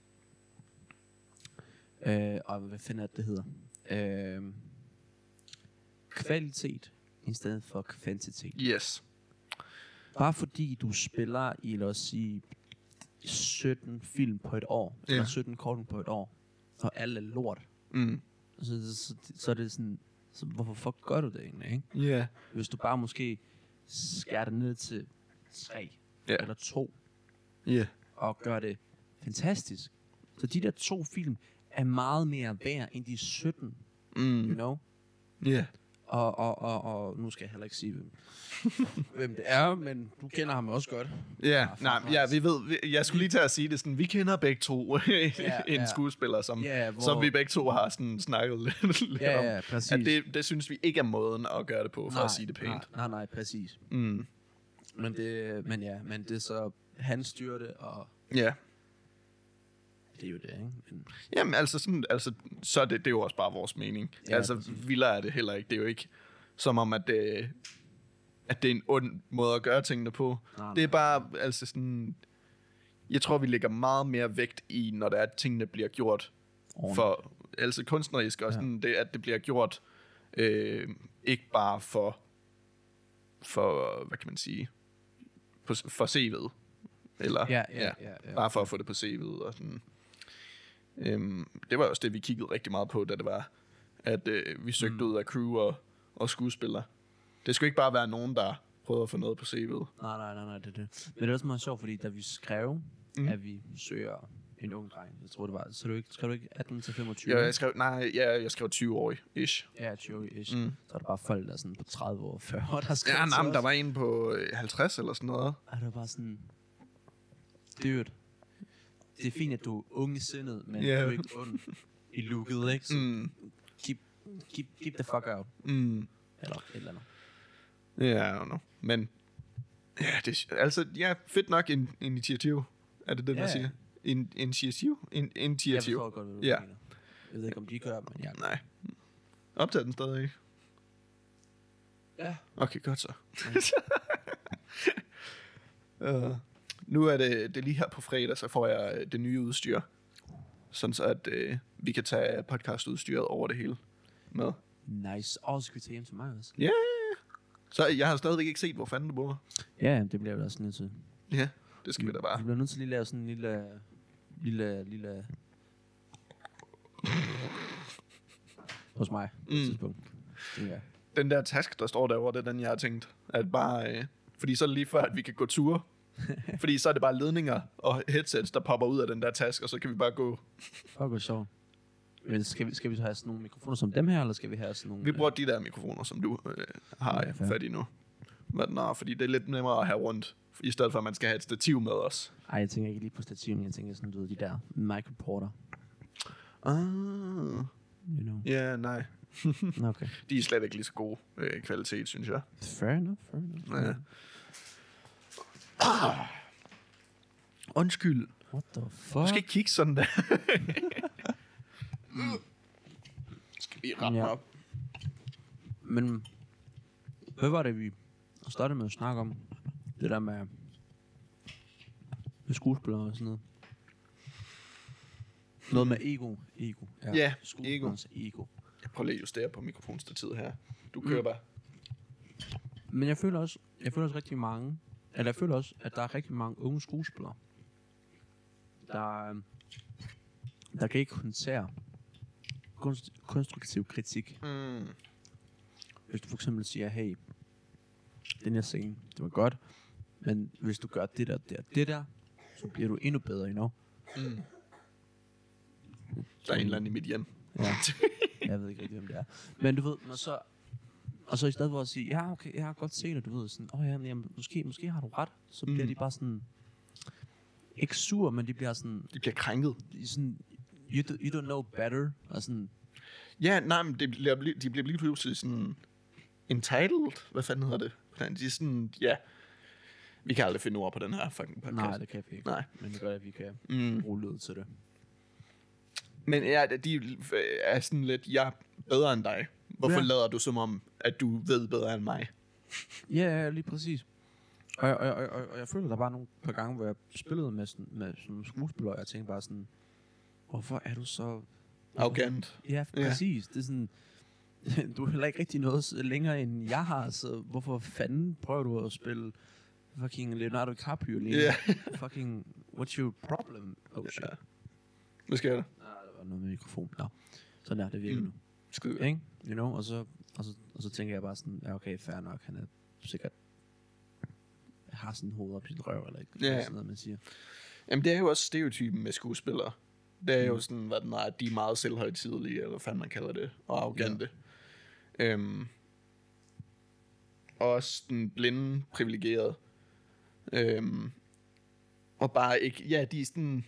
B: øh, og hvad fanden er det, det hedder? Øh, kvalitet i stedet for kvantitet.
A: Yes.
B: Bare fordi du spiller i, lad os sige, sytten film på et år,
A: Ja.
B: eller sytten korten på et år, og alle er lort,
A: Mm.
B: så, så, så er det sådan, så hvorfor fuck gør du det egentlig, ikke?
A: Ja. Yeah.
B: Hvis du bare måske skærer det ned til tre,
A: Ja.
B: eller to,
A: Ja. Yeah.
B: og gør det fantastisk. Så de der to film er meget mere værd end de sytten,
A: Mm.
B: you know?
A: Ja. Yeah.
B: Og, og, og, og nu skal jeg heller ikke sige, hvem, hvem det er, men du kender ham også godt.
A: Ja,
B: Ah,
A: nej,
B: fuck,
A: ja,
B: nice.
A: vi ved, vi, jeg skulle lige til at sige det sådan, vi kender begge to en
B: ja.
A: skuespiller, som,
B: Ja, hvor-
A: som vi begge to har sådan snakket lidt, lidt
B: Ja,
A: om.
B: ja, præcis.
A: At det, det synes vi ikke er måden at gøre det på, for
B: nej,
A: at sige det pænt.
B: Nej, nej, nej, præcis.
A: Mm.
B: Men det, men ja, men det er så, han styrer det, og
A: Ja.
B: det er jo det, ikke? Men,
A: Jamen, altså, sådan, altså så er det, det er jo også bare vores mening.
B: Ja,
A: Ja, altså,
B: præcis.
A: vildere er det heller ikke. Det er jo ikke som om, at det, at det er en ond måde at gøre tingene på.
B: Nej,
A: det er bare, altså sådan... Jeg tror, vi lægger meget mere vægt i, når der er, at tingene bliver gjort ordentligt. For, altså kunstnerisk også, ja. det, at det bliver gjort øh, ikke bare for, for, hvad kan man sige, på, for C V'et. Eller,
B: ja, ja, ja, ja,
A: bare for at få det på C V'et. Og sådan. Øhm, det var også det, vi kiggede rigtig meget på, da det var, at øh, vi søgte mm. ud af crew og, og skuespillere. Det skulle ikke bare være nogen, der prøvede at få noget på C V'et.
B: Nej, nej, nej, nej, det er det. Men det er også meget sjovt, fordi da vi skrev, mm. at vi søger en ung dreng, jeg tror det var, så du ikke, skrev du ikke atten til femogtyve?
A: Ja, jeg skrev, nej, ja, jeg skrev tyve-årig-ish.
B: Ja, tyve-ish. Mm. Så var der bare folk, der sådan på tredive år, fyrre år, der skrev.
A: Ja, nej, men der var en på halvtreds eller sådan noget.
B: Og det var bare sådan, dude, det er fint, at du er ung i sindet, men yeah. du er ikke ond i looket, ikke? Så mm. keep, keep, keep the fuck out.
A: Mm.
B: Eller et eller andet.
A: Ja, yeah, I don't know. Men, ja, det er, altså, ja, fedt nok en initiativ. Er det det, man yeah. siger? In, initiativ? In, initiativ.
B: Jeg forstår godt, hvad du yeah. mener. Jeg ved ikke, om de gør, men jeg...
A: Nej. Optager den stadig ikke?
B: Ja.
A: Okay, godt så. uh, nu er det, det er lige her på fredag, så får jeg det nye udstyr. Sådan så, at uh, vi kan tage podcastudstyret over det hele med.
B: Nice. Og så skal vi tage hjem til mig også.
A: Ja, yeah. Så jeg har stadigvæk ikke set, hvor fanden du bor.
B: Ja, det bliver vi også nødt til.
A: Ja, det skal vi, vi da bare.
B: Vi bliver nødt til lige at lave sådan en lille... Lille... Lille... hos mig på et mm. tidspunkt. Ja.
A: Den der task, der står derovre, det er den, jeg har tænkt. At bare, øh, fordi så er det lige før, at vi kan gå ture. Fordi så er det bare ledninger og headsets, der popper ud af den der task, og så kan vi bare gå.
B: Fuck, hvor sjovt. Men skal vi, skal vi så have sådan nogle mikrofoner som dem her, eller skal vi have sådan nogle...
A: Vi bruger øh... de der mikrofoner, som du øh, har ja, fat i nu. Men nej, fordi det er lidt nemmere at have rundt, i stedet for, at man skal have et stativ med os.
B: Ej, jeg tænker ikke lige på stativ, men jeg tænker sådan, du ved, de der microporter.
A: Ah...
B: You know.
A: Ja, yeah, nej.
B: Okay.
A: De er slet ikke lige så gode øh, kvalitet, synes jeg.
B: Fair enough, fair enough.
A: Ja. Ah. Undskyld.
B: What the fuck?
A: Du skal ikke kigge sådan der. mm. Skal vi rette ja. op.
B: Men hvad var det, vi startede med at snakke om? Det der med, med skuespillere og sådan noget. Noget med ego. Ego.
A: Ja, ja ego.
B: ego.
A: Jeg prøver lige at justere på mikrofonstativet her. Du kører mm. bare.
B: Men jeg føler også, jeg føler også rigtig mange, eller jeg føler også, at der er rigtig mange unge skuespillere, der, der kan ikke håndtere kunst, konstruktiv kritik.
A: Mm.
B: Hvis du for eksempel siger, hey, den her scene, det var godt, men hvis du gør det der, det der, det der, så bliver du endnu bedre, you know?
A: Mm. Der er en eller anden i mit hjem.
B: Ja. Jeg ved ikke rigtig, hvem det er. Men du ved, når så... Og så i stedet for at sige, ja, okay, jeg har godt set det, du ved, sådan, åh oh, ja, jamen, måske, måske har du ret, så bliver mm. de bare sådan, ikke sur, men de bliver sådan...
A: De bliver krænket.
B: Sådan, you, do, you don't know better, og sådan...
A: Ja, nej, men det bliver, de bliver lige pludselig sådan, entitled, hvad fanden hedder det? De er sådan, ja, vi kan aldrig finde ord på den her fucking podcast.
B: Nej, det kan vi ikke.
A: Nej.
B: Men det gør, at vi kan
A: mm.
B: bruge lyd til det.
A: Men ja, de er sådan lidt, jeg er bedre end dig. Hvorfor ja. lader du som om, at du ved bedre end mig?
B: Ja, ja, lige præcis. Og jeg, og, jeg, og, jeg, og jeg føler, der var nogle par gange, hvor jeg spillede med sådan, med sådan skuespillere, og jeg tænkte bare sådan, hvorfor er du så...
A: arrogant?
B: Ja, præcis. Ja. Det er sådan, du er heller ikke rigtig noget længere, end jeg har, så hvorfor fanden prøver du at spille fucking Leonardo DiCaprio lige?
A: Yeah.
B: Fucking, what's your problem? Oh shit.
A: Ja. Hvad sker der?
B: Nej, der var noget med mikrofon. Nå. Sådan der, det virker mm. nu.
A: Skide.
B: Ikke? You know, og så, og, så, og så tænker jeg bare sådan, ja okay, fair nok, han er sikkert, har sådan en hoved op i sin røv, eller ikke?
A: Ja.
B: Sådan noget, man siger.
A: Jamen, det er jo også stereotypen med skuespillere. Det er mm. jo sådan, hvad den er, at de er meget selvhøjtidelige, eller hvad fanden man kalder det, og arrogante. Ja. Øhm, også den blinde, privilegerede. Øhm, og bare ikke, ja, de er sådan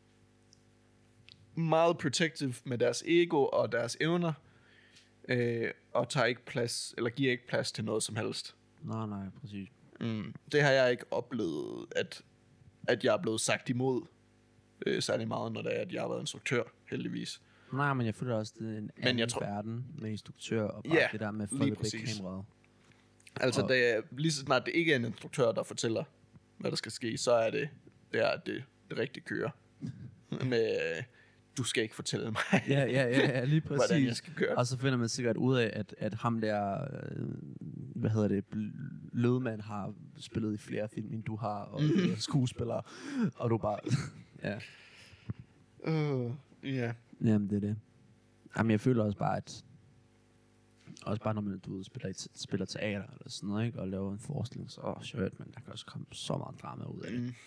A: meget protective med deres ego og deres evner, øh, og tager ikke plads, eller giver ikke plads til noget som helst.
B: Nej, nej, præcis.
A: Mm, det har jeg ikke oplevet, at, at jeg er blevet sagt imod øh, særlig meget, når det er, at jeg har været instruktør, heldigvis.
B: Nej, men jeg føler også, det er en anden tror... verden med instruktør, og bare
A: ja,
B: det der med folk bag kameraet.
A: Altså,
B: Og-
A: det er, lige så snart det ikke er en instruktør, der fortæller, hvad der skal ske, så er det, det er det, det rigtige kører. Med, øh, du skal ikke fortælle mig,
B: Ja, ja, ja, ja lige præcis.
A: hvordan jeg skal køre.
B: Og så finder man sikkert ud af, at, at ham der, øh, hvad hedder det, Lødmand har spillet i flere film, end du har, og
A: Mhm.
B: mm. skuespiller, og du bare, ja.
A: Uh, ja.
B: Jamen, det er det. Jamen, jeg føler også bare, at også bare når man du ved, spiller, i t- spiller teater eller sådan noget, ikke? Og laver en forestilling, så åh, shit, men der kan også komme så meget drama ud af det.
A: Mm.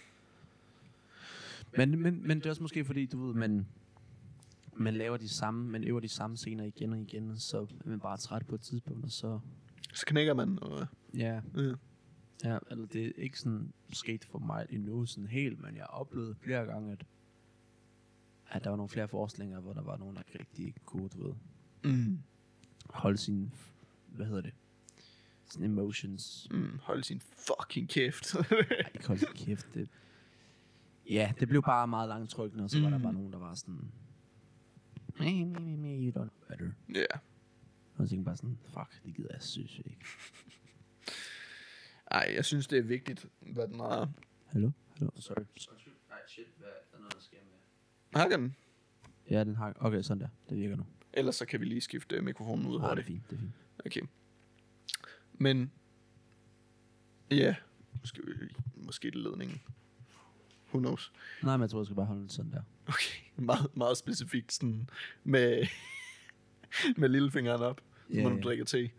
B: Men, men, men det er også måske fordi, du ved, man, man laver de samme, man øver de samme scener igen og igen, så er man bare træt på et tidspunkt, og så,
A: Så knækker man. Og,
B: ja,
A: ja.
B: ja, eller det er ikke sådan sket for mig endnu sådan helt, men jeg har oplevet flere gange, at, at der var nogle flere forestillinger, hvor der var nogen, der ikke rigtig kunne, du ved,
A: Mm.
B: holde sin, hvad hedder det, sine emotions.
A: Mm. Hold sin fucking kæft.
B: Ej, ikke holde sin kæft. Det, ja, det blev bare meget langtrykkende, og så mm. var der
A: Mm.
B: bare nogen, der var sådan, me, me, me, me, you don't know better.
A: Ja.
B: Og så tænkte bare sådan, fuck, det gider jeg synes ikke.
A: Ej, jeg synes, det er vigtigt, hvad den har.
B: Hallo? Hallo? Sorry. Nej, shit, hvad er der noget, der sker med?
A: Har den?
B: Ja, den har... Okay, sådan der. Det virker nu.
A: Ellers så kan vi lige skifte mikrofonen ud
B: Ah, det er
A: hurtigt.
B: fint, det er fint.
A: Okay. Men, ja, måske, måske det er ledningen. Who knows?
B: Nej, men jeg tror, jeg skal bare holde det sådan der.
A: Okay, meget, meget specifikt sådan med, med lillefingeren op,
B: Ja,
A: yeah, når du
B: ja.
A: drikker te.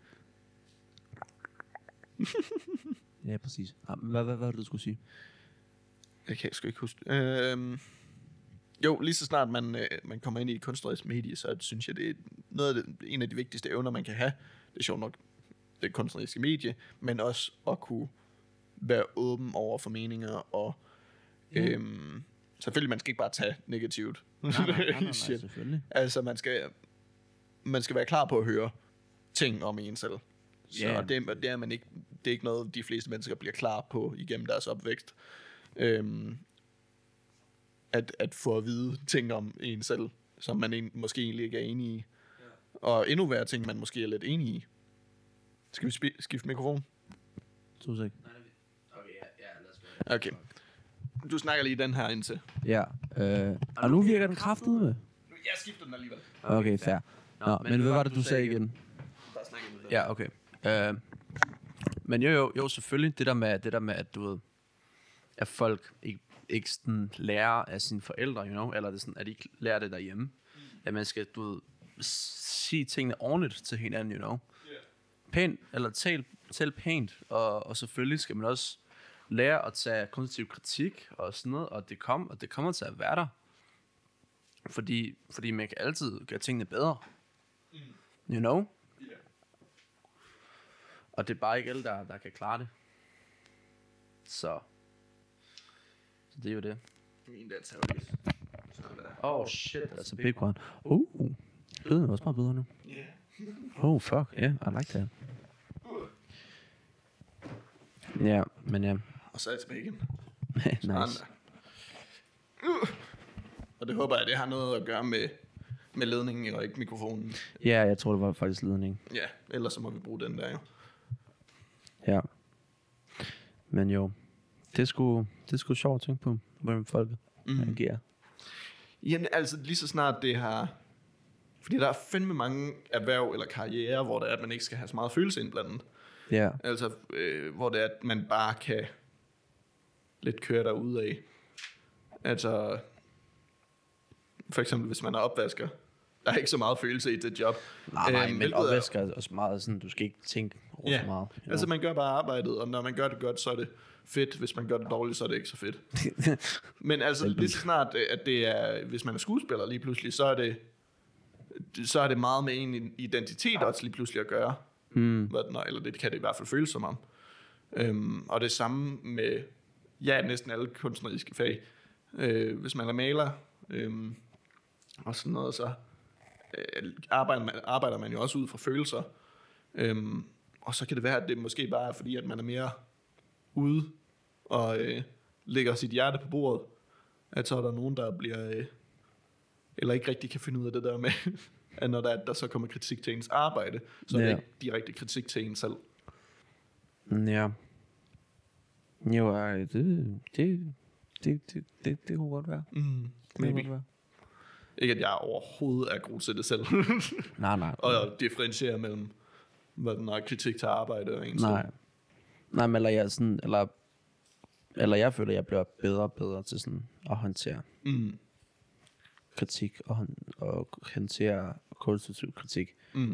B: Ja, præcis. Ah, men hvad, hvad, hvad var det, du skulle sige?
A: Jeg kan sgu ikke huske. Øhm, jo, lige så snart man, øh, man kommer ind i et kunstnerisk medie, så synes jeg, det er noget af det, en af de vigtigste evner, man kan have. Det er sjovt nok det kunstneriske medie, men også at kunne være åben over for meninger, og
B: Ja.
A: øhm, selvfølgelig, man skal ikke bare tage negativt.
B: Nej, nej, nej, nej, nej,
A: Shit.
B: selvfølgelig.
A: Altså, man skal, man skal være klar på at høre ting om en selv. Så
B: Ja.
A: det, det, er man ikke, det er ikke noget, de fleste mennesker bliver klar på igennem deres opvækst. Øhm, at, at få at vide ting om en selv, som man en, måske egentlig ikke er enig i. Ja. Og endnu værre ting, man måske er lidt enig i. Skal vi spi- skifte mikrofon?
B: To sek. Okay, ja, ja, lad os gøre
A: Okay. Du snakker lige den her indtil.
B: Ja, øh, og nu virker den kraftet med.
A: Jeg skifter den alligevel.
B: Okay, fair. Nå, men hvad var det, du sagde igen?
A: Bare snakke med den.
B: Ja, okay. Øh, men jo, jo, jo, selvfølgelig, det der med, det der med at du ved, at folk ikke, ikke sådan lærer af sine forældre, you know, eller det er sådan, at de ikke lærer det derhjemme. Mm. At man skal, du ved, sige tingene ordentligt til hinanden, you know.
A: Yeah.
B: Pænt, eller tal, tal pænt, og, og selvfølgelig skal man også lære at tage konstruktiv kritik og sådan noget, og det, kom, og det kommer til at være der. Fordi, fordi man kan altid gøre tingene bedre. Mm. You know?
A: Yeah.
B: Og det er bare ikke alle, der, der kan klare det. Så. Så det er jo det.
A: Min der tager jo lige. Sådan der.
B: Oh shit, that's a big one. Uh, lyden er også meget bedre nu.
A: Yeah.
B: Oh fuck, yeah, I like that. Ja, men ja.
A: Og så er jeg tilbage igen.
B: Nice.
A: Uh. Og det håber jeg, det har noget at gøre med, med ledningen og ikke mikrofonen.
B: Ja, jeg tror, det var faktisk ledning.
A: Ja, ellers så må vi bruge den der jo.
B: Ja. Men jo, det er sgu, det er sgu sjovt at tænke på, hvordan folk
A: Mm.
B: agerer.
A: Jamen altså lige så snart det har... Fordi der er fandme mange erhverv eller karrierer, hvor det er, at man ikke skal have så meget følelse indblandet.
B: Ja,
A: Altså, øh, hvor det er, at man bare kan lidt køre derud af. Altså, for eksempel hvis man er opvasker. Der er ikke så meget følelse i det job.
B: nej, nej,
A: Øhm,
B: men
A: hvilket er-
B: opvask er også meget sådan, du skal ikke tænke over
A: Ja,
B: så meget. you
A: altså
B: know.
A: man gør bare arbejdet, og når man gør det godt, så er det fedt. Hvis man gør det dårligt, så er det ikke så fedt. Men altså lige så snart, øh, at det er, hvis man er skuespiller lige pludselig, så er det, så er det meget med en identitet også lige pludselig at gøre.
B: Mm.
A: Hvad den er, eller det kan det i hvert fald føles som om. Øhm, og det samme med, ja, næsten alle kunstneriske fag. Øh, hvis man er maler, øhm, og sådan noget, så øh, arbejder, man, arbejder man jo også ud fra følelser. Øhm, og så kan det være, at det måske bare er fordi, at man er mere ude og øh, lægger sit hjerte på bordet, at så er der nogen, der bliver, øh, eller ikke rigtig kan finde ud af det der med, at når der, der så kommer kritik til ens arbejde, så er det
B: Ja.
A: ikke direkte kritik til en selv.
B: Ja. Jo, ej, det, det, det, det, det, det kunne godt være.
A: Mm,
B: Det kunne godt være.
A: ikke at jeg overhovedet er god til det selv.
B: Nej, nej.
A: Og at differentiere mellem, hvad den er kritik til arbejde og ens.
B: Nej. Nej, men eller jeg sådan, eller, eller jeg føler, at jeg bliver bedre og bedre til sådan at håndtere
A: Mm.
B: kritik og, hånd- og håndtere konstruktiv kritik.
A: Mm.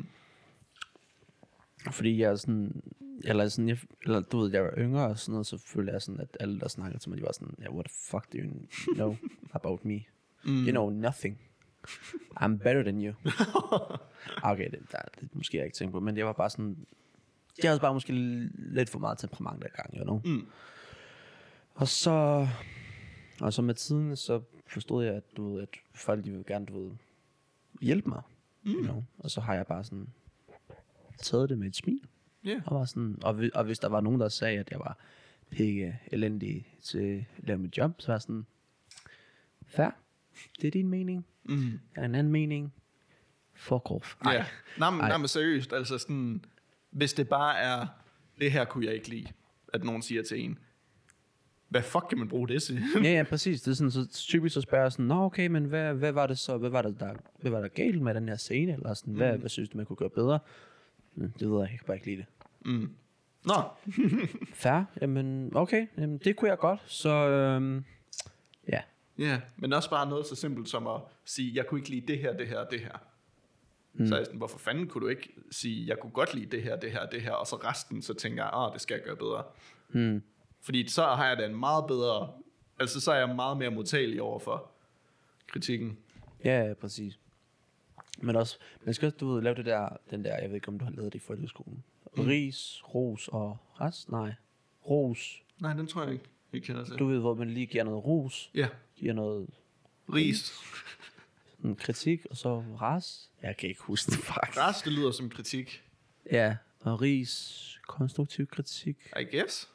B: Fordi jeg er sådan, eller sådan, jeg, eller du ved, jeg var yngre og sådan noget, så følte jeg sådan, at alle der snakkede til mig, de var sådan, yeah, what the fuck do you know about me? Mm. You know nothing. I'm better than you. Okay, det, der, det måske jeg ikke tænkt på, men det var bare sådan, jeg havde bare måske lidt for meget temperament der gang, you know?
A: Mm.
B: Og så, og så med tiden, så forstod jeg, at, du ved, at folk, de vil gerne, du ved, hjælpe mig, mm. you know? Og så har jeg bare sådan taget det med et smil.
A: Yeah.
B: Og, var sådan, og, og hvis der var nogen, der sagde, at jeg var pikke elendig til at lave mit job, så var jeg sådan, fair, det er din mening.
A: Mm.
B: Jeg har en anden mening. Fuck off.
A: Ja. Yeah. Nej, men, nej, men seriøst, altså sådan, hvis det bare er, det her kunne jeg ikke lide, at nogen siger til en, hvad fuck kan man bruge det til?
B: ja, ja, præcis. Det er sådan, så typisk så spørger jeg sådan, nå okay, men hvad, hvad var det så, hvad var det der, hvad var der galt med den her scene, eller sådan, hvad, mm. hvad synes du, man kunne gøre bedre? Mm, det ved jeg, jeg kan bare ikke lide det.
A: Mm. Nå.
B: Fair, jamen okay, jamen, det kunne jeg godt, så øhm, ja.
A: Ja, yeah. Men også bare noget så simpelt som at sige, jeg kunne ikke lide det her, det her, det her. Mm. Så er jeg sådan, hvorfor fanden kunne du ikke sige, jeg kunne godt lide det her, det her, det her, og så resten, så tænker jeg, ah, det skal jeg gøre bedre.
B: Mm.
A: Fordi så har jeg da en meget bedre, altså så er jeg meget mere modtagelig over for kritikken.
B: Ja, ja, præcis. Men også, man skal også, du ved, lave det der, den der, jeg ved ikke, om du har lavet det i folkeskolen. Mm. Ris, ros og rest? Nej. Ros.
A: Nej, den tror jeg ikke, jeg kender til.
B: Du ved, hvor man lige giver noget ros.
A: Ja.
B: Giver noget
A: Ris.
B: en kritik, og så ras. Jeg kan ikke huske det faktisk.
A: Ras, det lyder som kritik.
B: Ja, og ris, konstruktiv kritik.
A: I guess.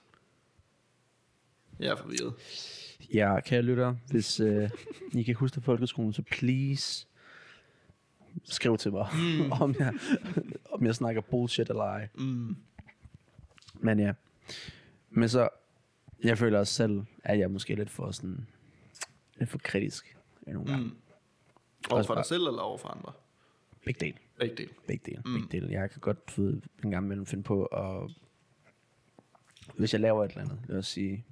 A: Jeg er forvirret.
B: Ja, kære lytter, hvis øh, I kan huske folkeskolen, så please skriv til mig, mm. om, jeg, om jeg snakker bullshit eller ej.
A: Mm.
B: Men ja. Men så, jeg føler også selv, at jeg er måske lidt for sådan, lidt for kritisk i nogle gange.
A: Mm. Over for dig selv eller over for andre?
B: Begge del.
A: Begge del.
B: Begge del.
A: Mm.
B: Begge del. Jeg kan godt ved, en gang imellem finde på, og hvis jeg laver et eller andet, lad os sige,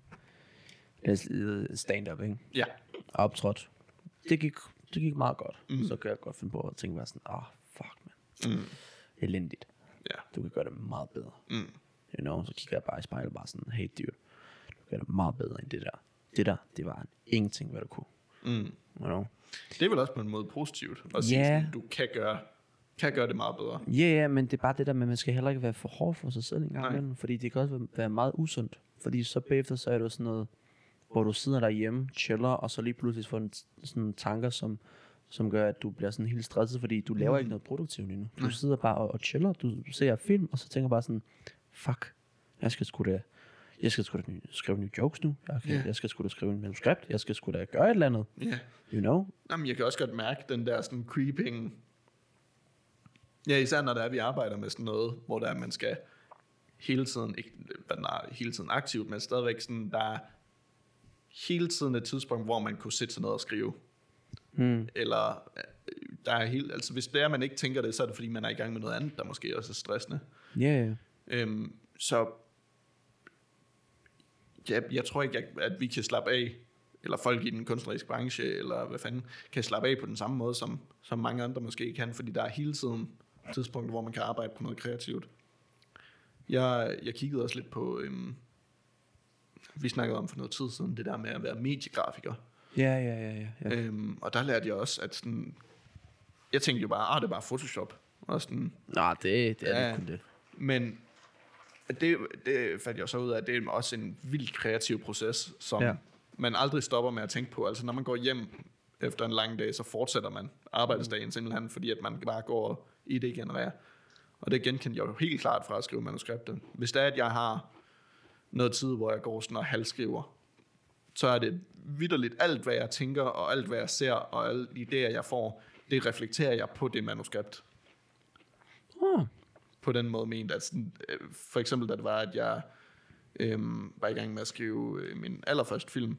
B: stand-up, ikke?
A: Ja.
B: Og optrådt. Det gik, det gik meget godt.
A: Mm.
B: Så kan jeg godt finde på at tænke bare sådan, ah, oh, fuck, man.
A: Mm.
B: Elendigt.
A: Ja.
B: Du kan gøre det meget bedre.
A: Mm.
B: You know, så kigger jeg bare i spejlet og bare sådan, hey dude, du kan gøre det meget bedre end det der. Det der, det var ingenting, hvad du kunne.
A: Mm.
B: You know?
A: Det er vel også på en måde positivt at sige,
B: Ja.
A: sådan, du kan gøre, kan gøre det meget bedre.
B: Ja, yeah, yeah, men det er bare det der med, at man skal heller ikke være for hård for sig selv en gang
A: Nej.
B: imellem, fordi det kan også være- være meget usundt. Fordi så bagefter, så er det jo sådan noget, hvor du sidder derhjemme, chiller, og så lige pludselig får en, sådan tanker, som, som gør, at du bliver sådan helt stresset, fordi du laver
A: Mm.
B: ikke noget produktivt lige nu. Du
A: Nej.
B: sidder bare og, og chiller, du ser film, og så tænker bare sådan, fuck, jeg skal sgu da, jeg skal sgu da ny- skrive nye jokes nu, jeg, kan,
A: Ja.
B: jeg skal sgu da skrive en manuskript, jeg skal sgu da gøre et eller andet,
A: Ja.
B: you know?
A: Jamen, jeg kan også godt mærke den der sådan creeping. Ja, især når der er, vi arbejder med sådan noget, hvor der er, man skal hele tiden, ikke hvad den er, hele tiden aktivt, men stadigvæk sådan, der er hele tiden et tidspunkt, hvor man kunne sætte sig ned og skrive.
B: Hmm.
A: Eller øh, der er helt, altså hvis det er, man ikke tænker det, så er det fordi, man er i gang med noget andet, der måske også er stressende.
B: Ja, yeah.
A: Øhm, så ja, jeg tror ikke, at vi kan slappe af, eller folk i den kunstneriske branche, eller hvad fanden, kan slappe af på den samme måde, som, som mange andre måske kan, fordi der er hele tiden tidspunkter, hvor man kan arbejde på noget kreativt. Jeg, jeg kiggede også lidt på, øhm, vi snakkede om for noget tid siden, det der med at være mediegrafiker.
B: Ja, ja, ja, ja. ja.
A: Øhm, og der lærte jeg også, at sådan, jeg tænkte jo bare, ah, det er bare Photoshop. Og sådan,
B: Nå, det, det er
A: Ja.
B: det kun det.
A: men det, det fandt jeg så ud af, at det er også en vildt kreativ proces, som
B: Ja.
A: man aldrig stopper med at tænke på. Altså når man går hjem efter en lang dag, så fortsætter man arbejdsdagen simpelthen, fordi at man bare går og I D genererer. Og det genkendte jeg jo helt klart fra at skrive manuskripter. Hvis det er, at jeg har noget tid, hvor jeg går sådan og halvskriver, så er det vitterligt alt, hvad jeg tænker, og alt, hvad jeg ser, og alle idéer, jeg får, det reflekterer jeg på det manuskript.
B: Oh.
A: på den måde ment, at sådan, øh, for eksempel, da det var, at jeg øh, var i gang med at skrive øh, min allerførste film,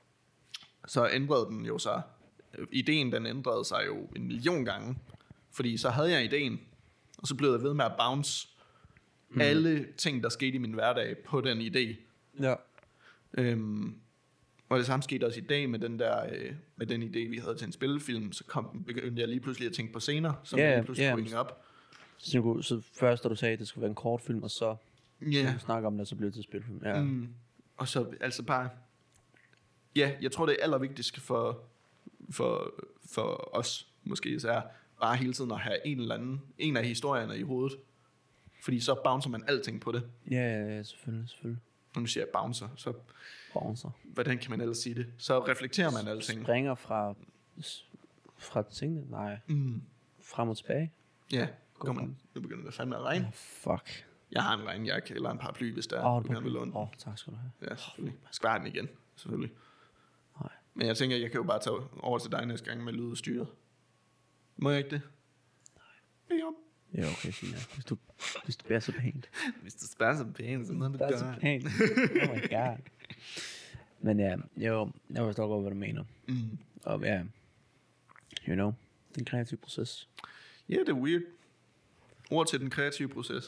A: så ændrede den jo sig. Ideen, den ændrede sig jo en million gange, fordi så havde jeg ideen, og så blev jeg ved med at bounce mm. alle ting, der skete i min hverdag på den idé.
B: Ja.
A: Øhm, og det samme skete også i dag med den der øh, med den idé, vi havde til en spillefilm. Så kom, begyndte jeg lige pludselig at tænke på scener, som
B: yeah,
A: jeg lige pludselig
B: yeah.
A: kunne hænge op.
B: Så, så først, da du sagde, at det skulle være en kortfilm, og så
A: yeah.
B: snakke om det, så blev det til spilfilm. Ja.
A: Mm. Og så altså bare, ja, jeg tror det er allervigtigste for for for os måske så er bare hele tiden at have en eller anden en af historierne i hovedet, fordi så bouncer man alting på det.
B: Ja, ja, ja, selvfølgelig, selvfølgelig.
A: Og nu siger jeg bouncer, så
B: bouncer.
A: Hvordan kan man ellers sige det? Så reflekterer man alting.
B: Springer fra fra tingene, nej.
A: Mm.
B: Frem og tilbage.
A: Ja, kom man. Nu begynder det fandme at regne.
B: Oh, fuck.
A: Jeg har en regnjakke eller en paraply, hvis der
B: oh,
A: er. Du kan vel
B: Åh, oh, tak skal du have.
A: Ja, selvfølgelig. Jeg skal have den igen, selvfølgelig.
B: Nej.
A: Men jeg tænker, jeg kan jo bare tage over til dig næste gang med lydstyret. Må jeg ikke det?
B: Nej.
A: Bed om.
B: Ja, okay, fint. Ja. Hvis du, hvis du bærer så pænt.
A: Hvis du spærer så pænt, så noget du gør.
B: så pænt. Oh my god. Men ja, jo, jeg forstår godt, hvad du mener.
A: Mm.
B: Og ja, you know, den kreative proces.
A: Ja, yeah, det er weird. Ord til den kreative proces.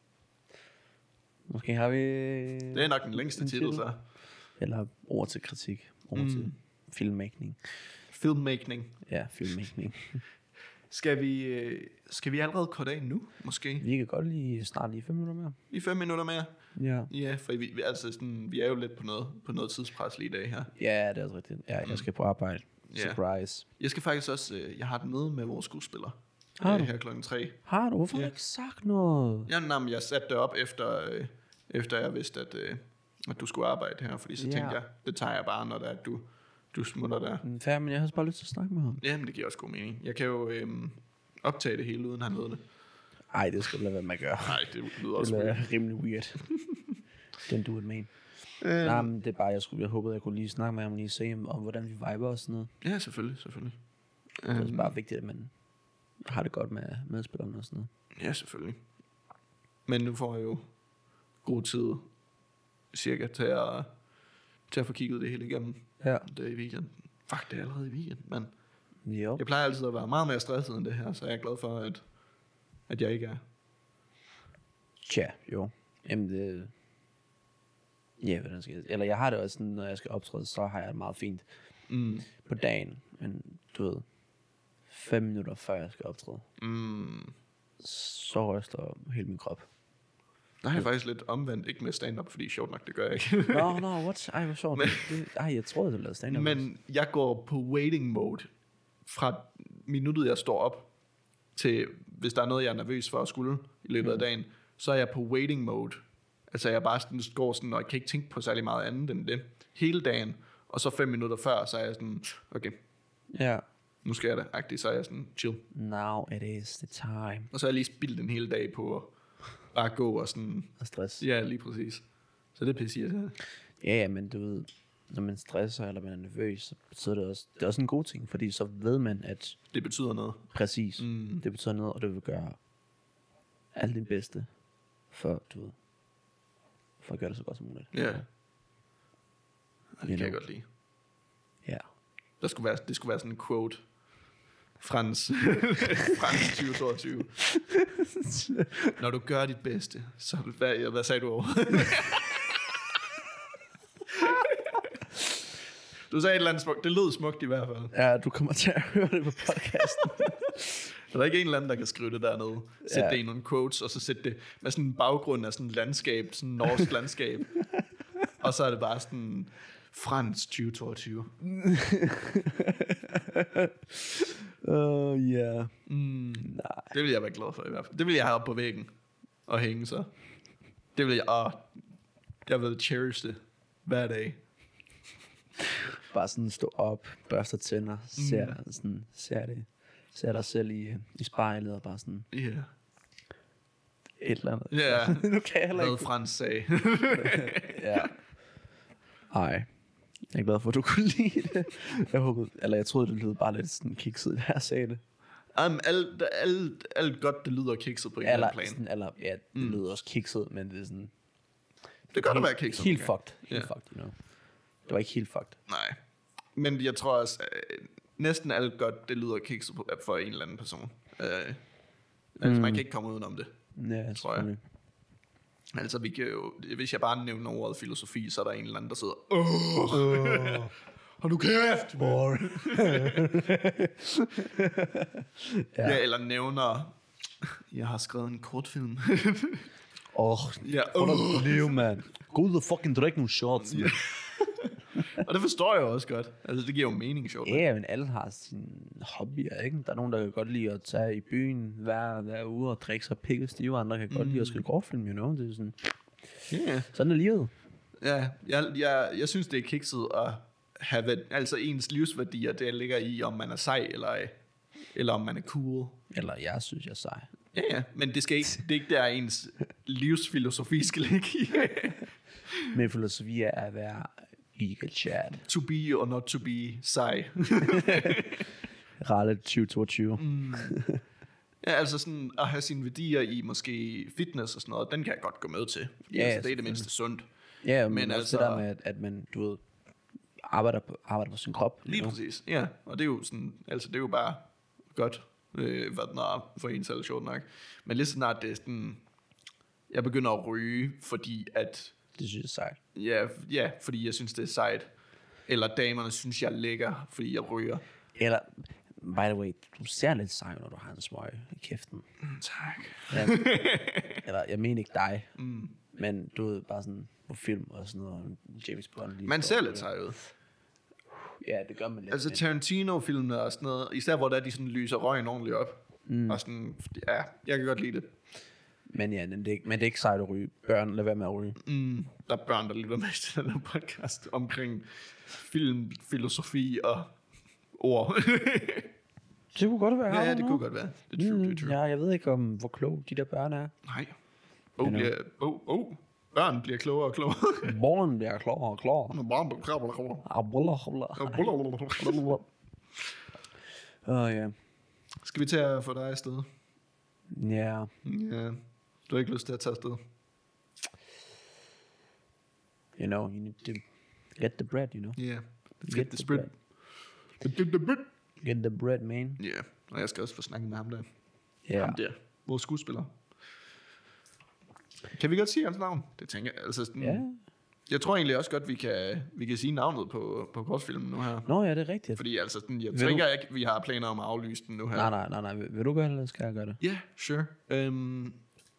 B: Måske har vi...
A: Det er nok den længste
B: en
A: titel, så.
B: Eller ord til kritik. Ord mm. til filmmaking.
A: Filmmaking.
B: Ja, filmmaking.
A: Skal vi, skal vi allerede korte af nu, måske?
B: Vi kan godt lige snart lige fem minutter mere.
A: I fem minutter mere?
B: Ja.
A: Ja, for vi, altså sådan, vi er jo lidt på noget, på noget tidspres lige i dag her.
B: Ja, det er også rigtigt. Ja, jeg skal på arbejde.
A: Yeah.
B: Surprise.
A: Jeg skal faktisk også, jeg har et møde med vores skuespiller.
B: Har du?
A: Her klokken tre.
B: Har du? Hvorfor
A: ja.
B: har du ikke sagt noget?
A: Ja, nej, jeg satte det op efter, øh, efter jeg vidste, at, øh, at du skulle arbejde her. Fordi så
B: ja.
A: tænkte jeg, det tager jeg bare, når det er, at du, du smutter der.
B: Fair, men jeg har bare lyst til at snakke med ham.
A: Jamen, det giver også god mening. Jeg kan jo øh, optage det hele, uden han ved det.
B: Ej, det skal du lade være med at gøre.
A: Nej, det lyder også
B: det er rimelig weird. Den du it, man. Um, Nej, men det er bare, jeg, skulle, jeg håbede, jeg kunne lige snakke med ham, lige se om, om hvordan vi viber og sådan noget.
A: Ja, selvfølgelig, selvfølgelig.
B: Det er um, bare vigtigt, at man har det godt med medspillerne og sådan noget.
A: Ja, selvfølgelig. Men nu får jeg jo god tid, cirka, til at, til at få kigget det hele igennem.
B: Ja.
A: Det er i weekenden. Fuck, det er allerede i weekend, men
B: jo.
A: Jeg plejer altid at være meget mere stresset end det her, så jeg er glad for, at, at jeg ikke er.
B: Tja, jo. Jamen det... Ja, hvordan skal jeg... Eller jeg har det også sådan, når jeg skal optræde, så har jeg det meget fint
A: mm.
B: på dagen. Men du ved, fem minutter før jeg skal optræde,
A: mm.
B: så ryster hele min krop.
A: Der er jeg faktisk lidt omvendt, ikke med stand-up, fordi sjovt nok, det gør jeg ikke.
B: Nå, no, no, what? Ej, hvor sjovt. Men, det, ej, jeg troede, du lavede stand-up.
A: Men jeg går på waiting mode fra minuttet, jeg står op, til hvis der er noget, jeg er nervøs for at skulle i løbet af dagen, så er jeg på waiting mode. Altså jeg bare sådan, går sådan, og jeg kan ikke tænke på særlig meget andet end det. Hele dagen, og så fem minutter før, så er jeg sådan, okay,
B: ja.
A: nu skal jeg det, agtigt, så er jeg sådan, chill.
B: Now it is the time.
A: Og så har jeg lige spildt en hel dag på at bare gå og sådan...
B: Og stress.
A: Ja, lige præcis. Så det er pisse irriterende.
B: Ja, ja, men du ved, når man stresser, eller man er nervøs, så betyder det også, det er også en god ting, fordi så ved man, at...
A: Det betyder noget.
B: Præcis.
A: Mm.
B: Det betyder noget, og det vil gøre alt det bedste for, du ved, for at gøre det så godt som muligt.
A: Ja. Det kan
B: you know.
A: jeg godt lide.
B: Ja.
A: Der skulle være, det skulle være sådan en quote. Frans. Frans tyve toogtyve. Når du gør dit bedste, så... Hvad, hvad sagde du over? Du sagde et eller andet smukt. Det lød smukt i hvert fald.
B: Ja, du kommer til at høre det på podcasten.
A: Er der ikke en eller anden, der kan skrive det dernede? Sæt ja. det i nogle quotes, og så sæt det med sådan en baggrund af sådan et landskab, sådan en norsk landskab. Og så er det bare sådan Frans tyve toogtyve.
B: Åh, oh, ja. Yeah.
A: Mm, det vil jeg være glad for i hvert fald. Det vil jeg have op på væggen og hænge så. Det vil jeg, åh, jeg vil cherish det hver dag.
B: Bare sådan stå op, børster tænder, ser, mm. sådan, ser det, ser dig selv i, i spejlet og bare sådan,
A: ja, yeah.
B: et eller andet.
A: Ja, yeah.
B: Nu kan jeg heller ikke.
A: Hvad Frans sagde.
B: Ja. Ej, jeg er glad for, at du kunne lide det. Jeg håbede, eller jeg troede, det lød bare lidt sådan kikset, da jeg sagde det.
A: Um, alt, alt, alt godt, det lyder kikset på en eller
B: Eller,
A: anden plan.
B: sådan, eller ja, det mm. lyder også kikset, men det er sådan...
A: Det gør det være kikset.
B: Helt fucked. Helt
A: yeah.
B: fucked, you know. Det var ikke helt fucked.
A: Nej. Men jeg tror også, øh, næsten alt godt, det lyder kikset på, for en eller anden person. Øh, altså, mm. man kan ikke komme udenom det.
B: Ja, tror jeg.
A: Altså, vi kan jo, hvis jeg bare nævner ordet filosofi, så er der en eller anden, der sidder... Åh, har du kæft, mor? ja. ja, eller nævner... Jeg har skrevet en kortfilm.
B: Åh, oh, ja, oh. For liv, man. Gå ud og fucking drikke nogle shots, man.
A: Og det forstår jeg også godt. Altså, det giver jo mening, sjovt.
B: Ja, men alle har sine hobbyer, ikke? Der er nogen, der kan godt lide at tage i byen hver, hver uge og drikke sig pikket stive, andre kan mm. godt lide at skrive kortfilm, you know? Det er sådan... Yeah. Sådan er livet.
A: Ja, jeg, jeg, jeg synes, det er kikset at have... Altså, ens livsværdier, det ligger i, om man er sej eller ej. Eller om man er cool.
B: Eller jeg synes, jeg er sej.
A: Ja, ja, men det, skal ikke, det er ikke der, ens livsfilosofi skal ligge i.
B: Min filosofi er at være eagle chat.
A: To be or not to be sej.
B: Rette tyve toogtyve.
A: Mm. Ja, altså sådan at have sine værdier i måske fitness og sådan noget, den kan jeg godt gå med til. Ja, altså, det er det mindste sundt.
B: Ja, men, men altså, det der med, at, at man, du ved, arbejder på, arbejder på sin krop.
A: Lige nu. Præcis, ja. Og det er jo sådan, altså det er jo bare godt, øh, hvad den er for en selv, sjovt nok. Men lige snart det er sådan, jeg begynder at ryge, fordi at...
B: Det synes jeg er sejt.
A: Ja, ja, fordi jeg synes, det er sejt. Eller damerne synes, jeg er lækker, fordi jeg ryger.
B: Eller, by the way, du ser lidt sej, når du har en smøg i kæften.
A: Mm, tak.
B: Ja. Eller, jeg mener ikke dig, mm. men du ved, bare sådan på film og sådan noget, James Bond. Lige
A: man ser lidt sej ud.
B: Ja, det gør man lidt.
A: Altså Tarantino-filmene og sådan noget, især hvor der de sådan lyser røgen ordentligt op. Mm. Og sådan, ja, jeg kan godt lide det.
B: Men ja, men det, er, men det er ikke sejt at ryge. Børn, lad være med at ryge.
A: Mm, der er børn, der lytter med til den her podcast omkring film, filosofi og ord.
B: Det kunne godt være.
A: Ja, ja, det kunne godt være. Det er true,
B: mm,
A: det er true.
B: Ja, jeg ved ikke, om hvor kloge de der børn er.
A: Nej. Oh, bliver, oh, oh. Børn bliver klogere og klogere.
B: Born bliver klogere og klogere.
A: Børn bliver klogere og
B: klogere. Åh, ja.
A: Skal vi tage at få dig afsted?
B: Ja.
A: Ja. Du har ikke lyst til at tage afsted?
B: You know, you need to get the bread, you know?
A: Yeah.
B: Get,
A: get the, the bread.
B: Get the bread. Get the bread, man.
A: Ja, yeah. Og jeg skal også få snakket med ham der.
B: Ja. Yeah.
A: Ham der. Vores skuespiller. Kan vi godt sige hans navn? Det tænker jeg. Altså sådan,
B: yeah.
A: Jeg tror egentlig også godt, vi kan, vi kan sige navnet på, på kortfilmen nu her.
B: Nå ja, det er rigtigt.
A: Fordi altså, sådan, jeg tænker du... ikke, vi har planer om at aflyse den nu her.
B: Nej, nej, nej, nej. Vil du gøre det, eller skal jeg gøre det?
A: Ja, yeah, sure. Um,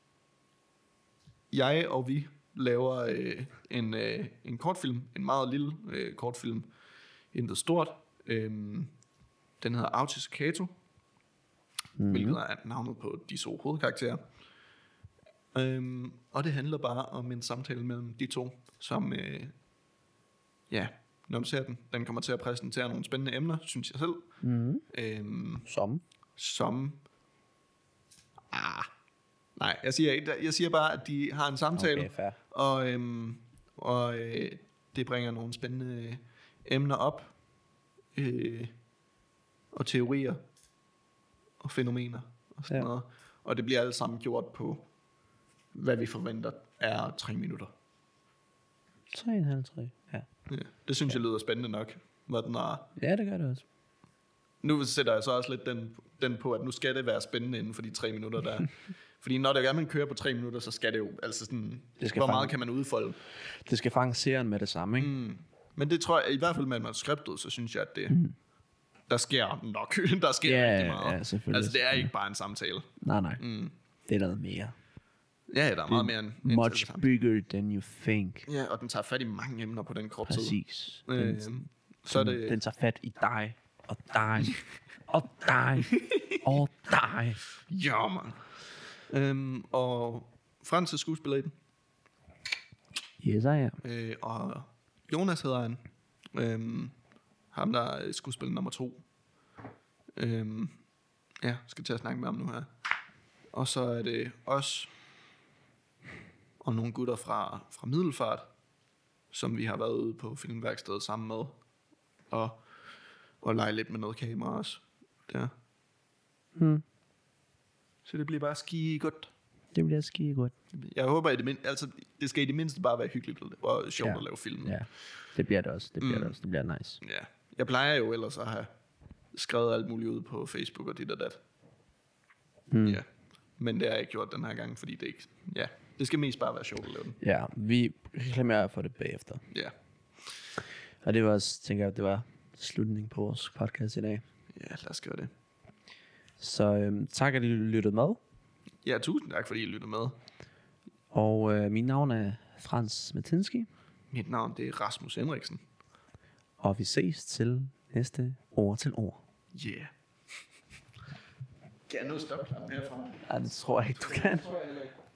A: jeg og vi laver øh, en, øh, en kortfilm, en meget lille øh, kortfilm, intet stort. Um, den hedder Autis Kato, mm-hmm. hvilket er navnet på de to hovedkarakterer. Um, og det handler bare om en samtale mellem de to, som, øh, ja, når du ser den, den kommer til at præsentere nogle spændende emner, synes jeg selv.
B: Mm-hmm.
A: Um,
B: som?
A: Som, ah, nej, jeg siger, jeg siger bare, at de har en samtale,
B: okay, fair.
A: og, øhm, og øh, det bringer nogle spændende emner op, øh, og teorier, og fænomener, og sådan ja. noget. Og det bliver alt sammen gjort på, hvad vi forventer er tre minutter.
B: Tre og en halv, tre, ja.
A: ja. Det synes ja. jeg lyder spændende nok, hvad den er.
B: Ja, det gør det også.
A: Nu sætter jeg så også lidt den, den på, at nu skal det være spændende inden for de tre minutter, der fordi når det er, man kører på tre minutter, så skal det jo, altså sådan, hvor fange, meget kan man udfolde?
B: Det skal fange serien med det samme, ikke?
A: Mm. Men det tror jeg, i hvert fald med manuskriptet, så synes jeg, at det, mm. der sker nok, der sker
B: yeah,
A: rigtig meget.
B: Ja, selvfølgelig.
A: Altså det er ikke bare en samtale.
B: Nej, nej. Mm. Det er noget mere.
A: Ja, der er meget mere end
B: much en bigger than you think.
A: Ja, og den tager fat i mange emner på den kort tid.
B: Præcis.
A: Den, øh, så
B: den,
A: det...
B: den tager fat i dig, og dig, og dig, og dig.
A: Ja, man. Øhm, og Frans er skuespiller i den.
B: Yes, I am.
A: Øh, og Jonas hedder han. Øhm, ham der er skuespiller nummer to. Øhm, ja, skal til at snakke med ham nu her. Og så er det os og nogle gutter fra, fra Middelfart, som vi har været ude på filmværkstedet sammen med, og, og lege lidt med noget kamera også. Der.
B: Hmm.
A: Så det bliver bare ski godt.
B: Det bliver skide godt.
A: Jeg håber, at det, mind- altså, det skal i det mindste bare være hyggeligt og sjovt
B: Ja.
A: at lave film.
B: Ja, det bliver det også. Det bliver
A: Mm.
B: det også. Det bliver nice.
A: Ja. Jeg plejer jo ellers at have skrevet alt muligt ud på Facebook og dit og dat.
B: Hmm.
A: Ja. Men det har jeg ikke gjort den her gang, fordi det ikke... Ja, det skal mest bare være sjovt at lave den.
B: Ja, vi reklamerer for det bagefter.
A: Ja.
B: Og det var også, tænker jeg, det var slutningen på vores podcast i dag.
A: Ja, lad os gøre det.
B: Så øhm, tak, at I lyttede med.
A: Ja, tusind tak, fordi I lyttede med.
B: Og øh, mit navn er Frans Matinski.
A: Mit navn, det er Rasmus Henriksen.
B: Og vi ses til næste ord til ord.
A: Yeah. Kan jeg nå stoppe herfra?
B: Ej, det tror jeg ikke, du kan.
A: Det tror jeg heller ikke.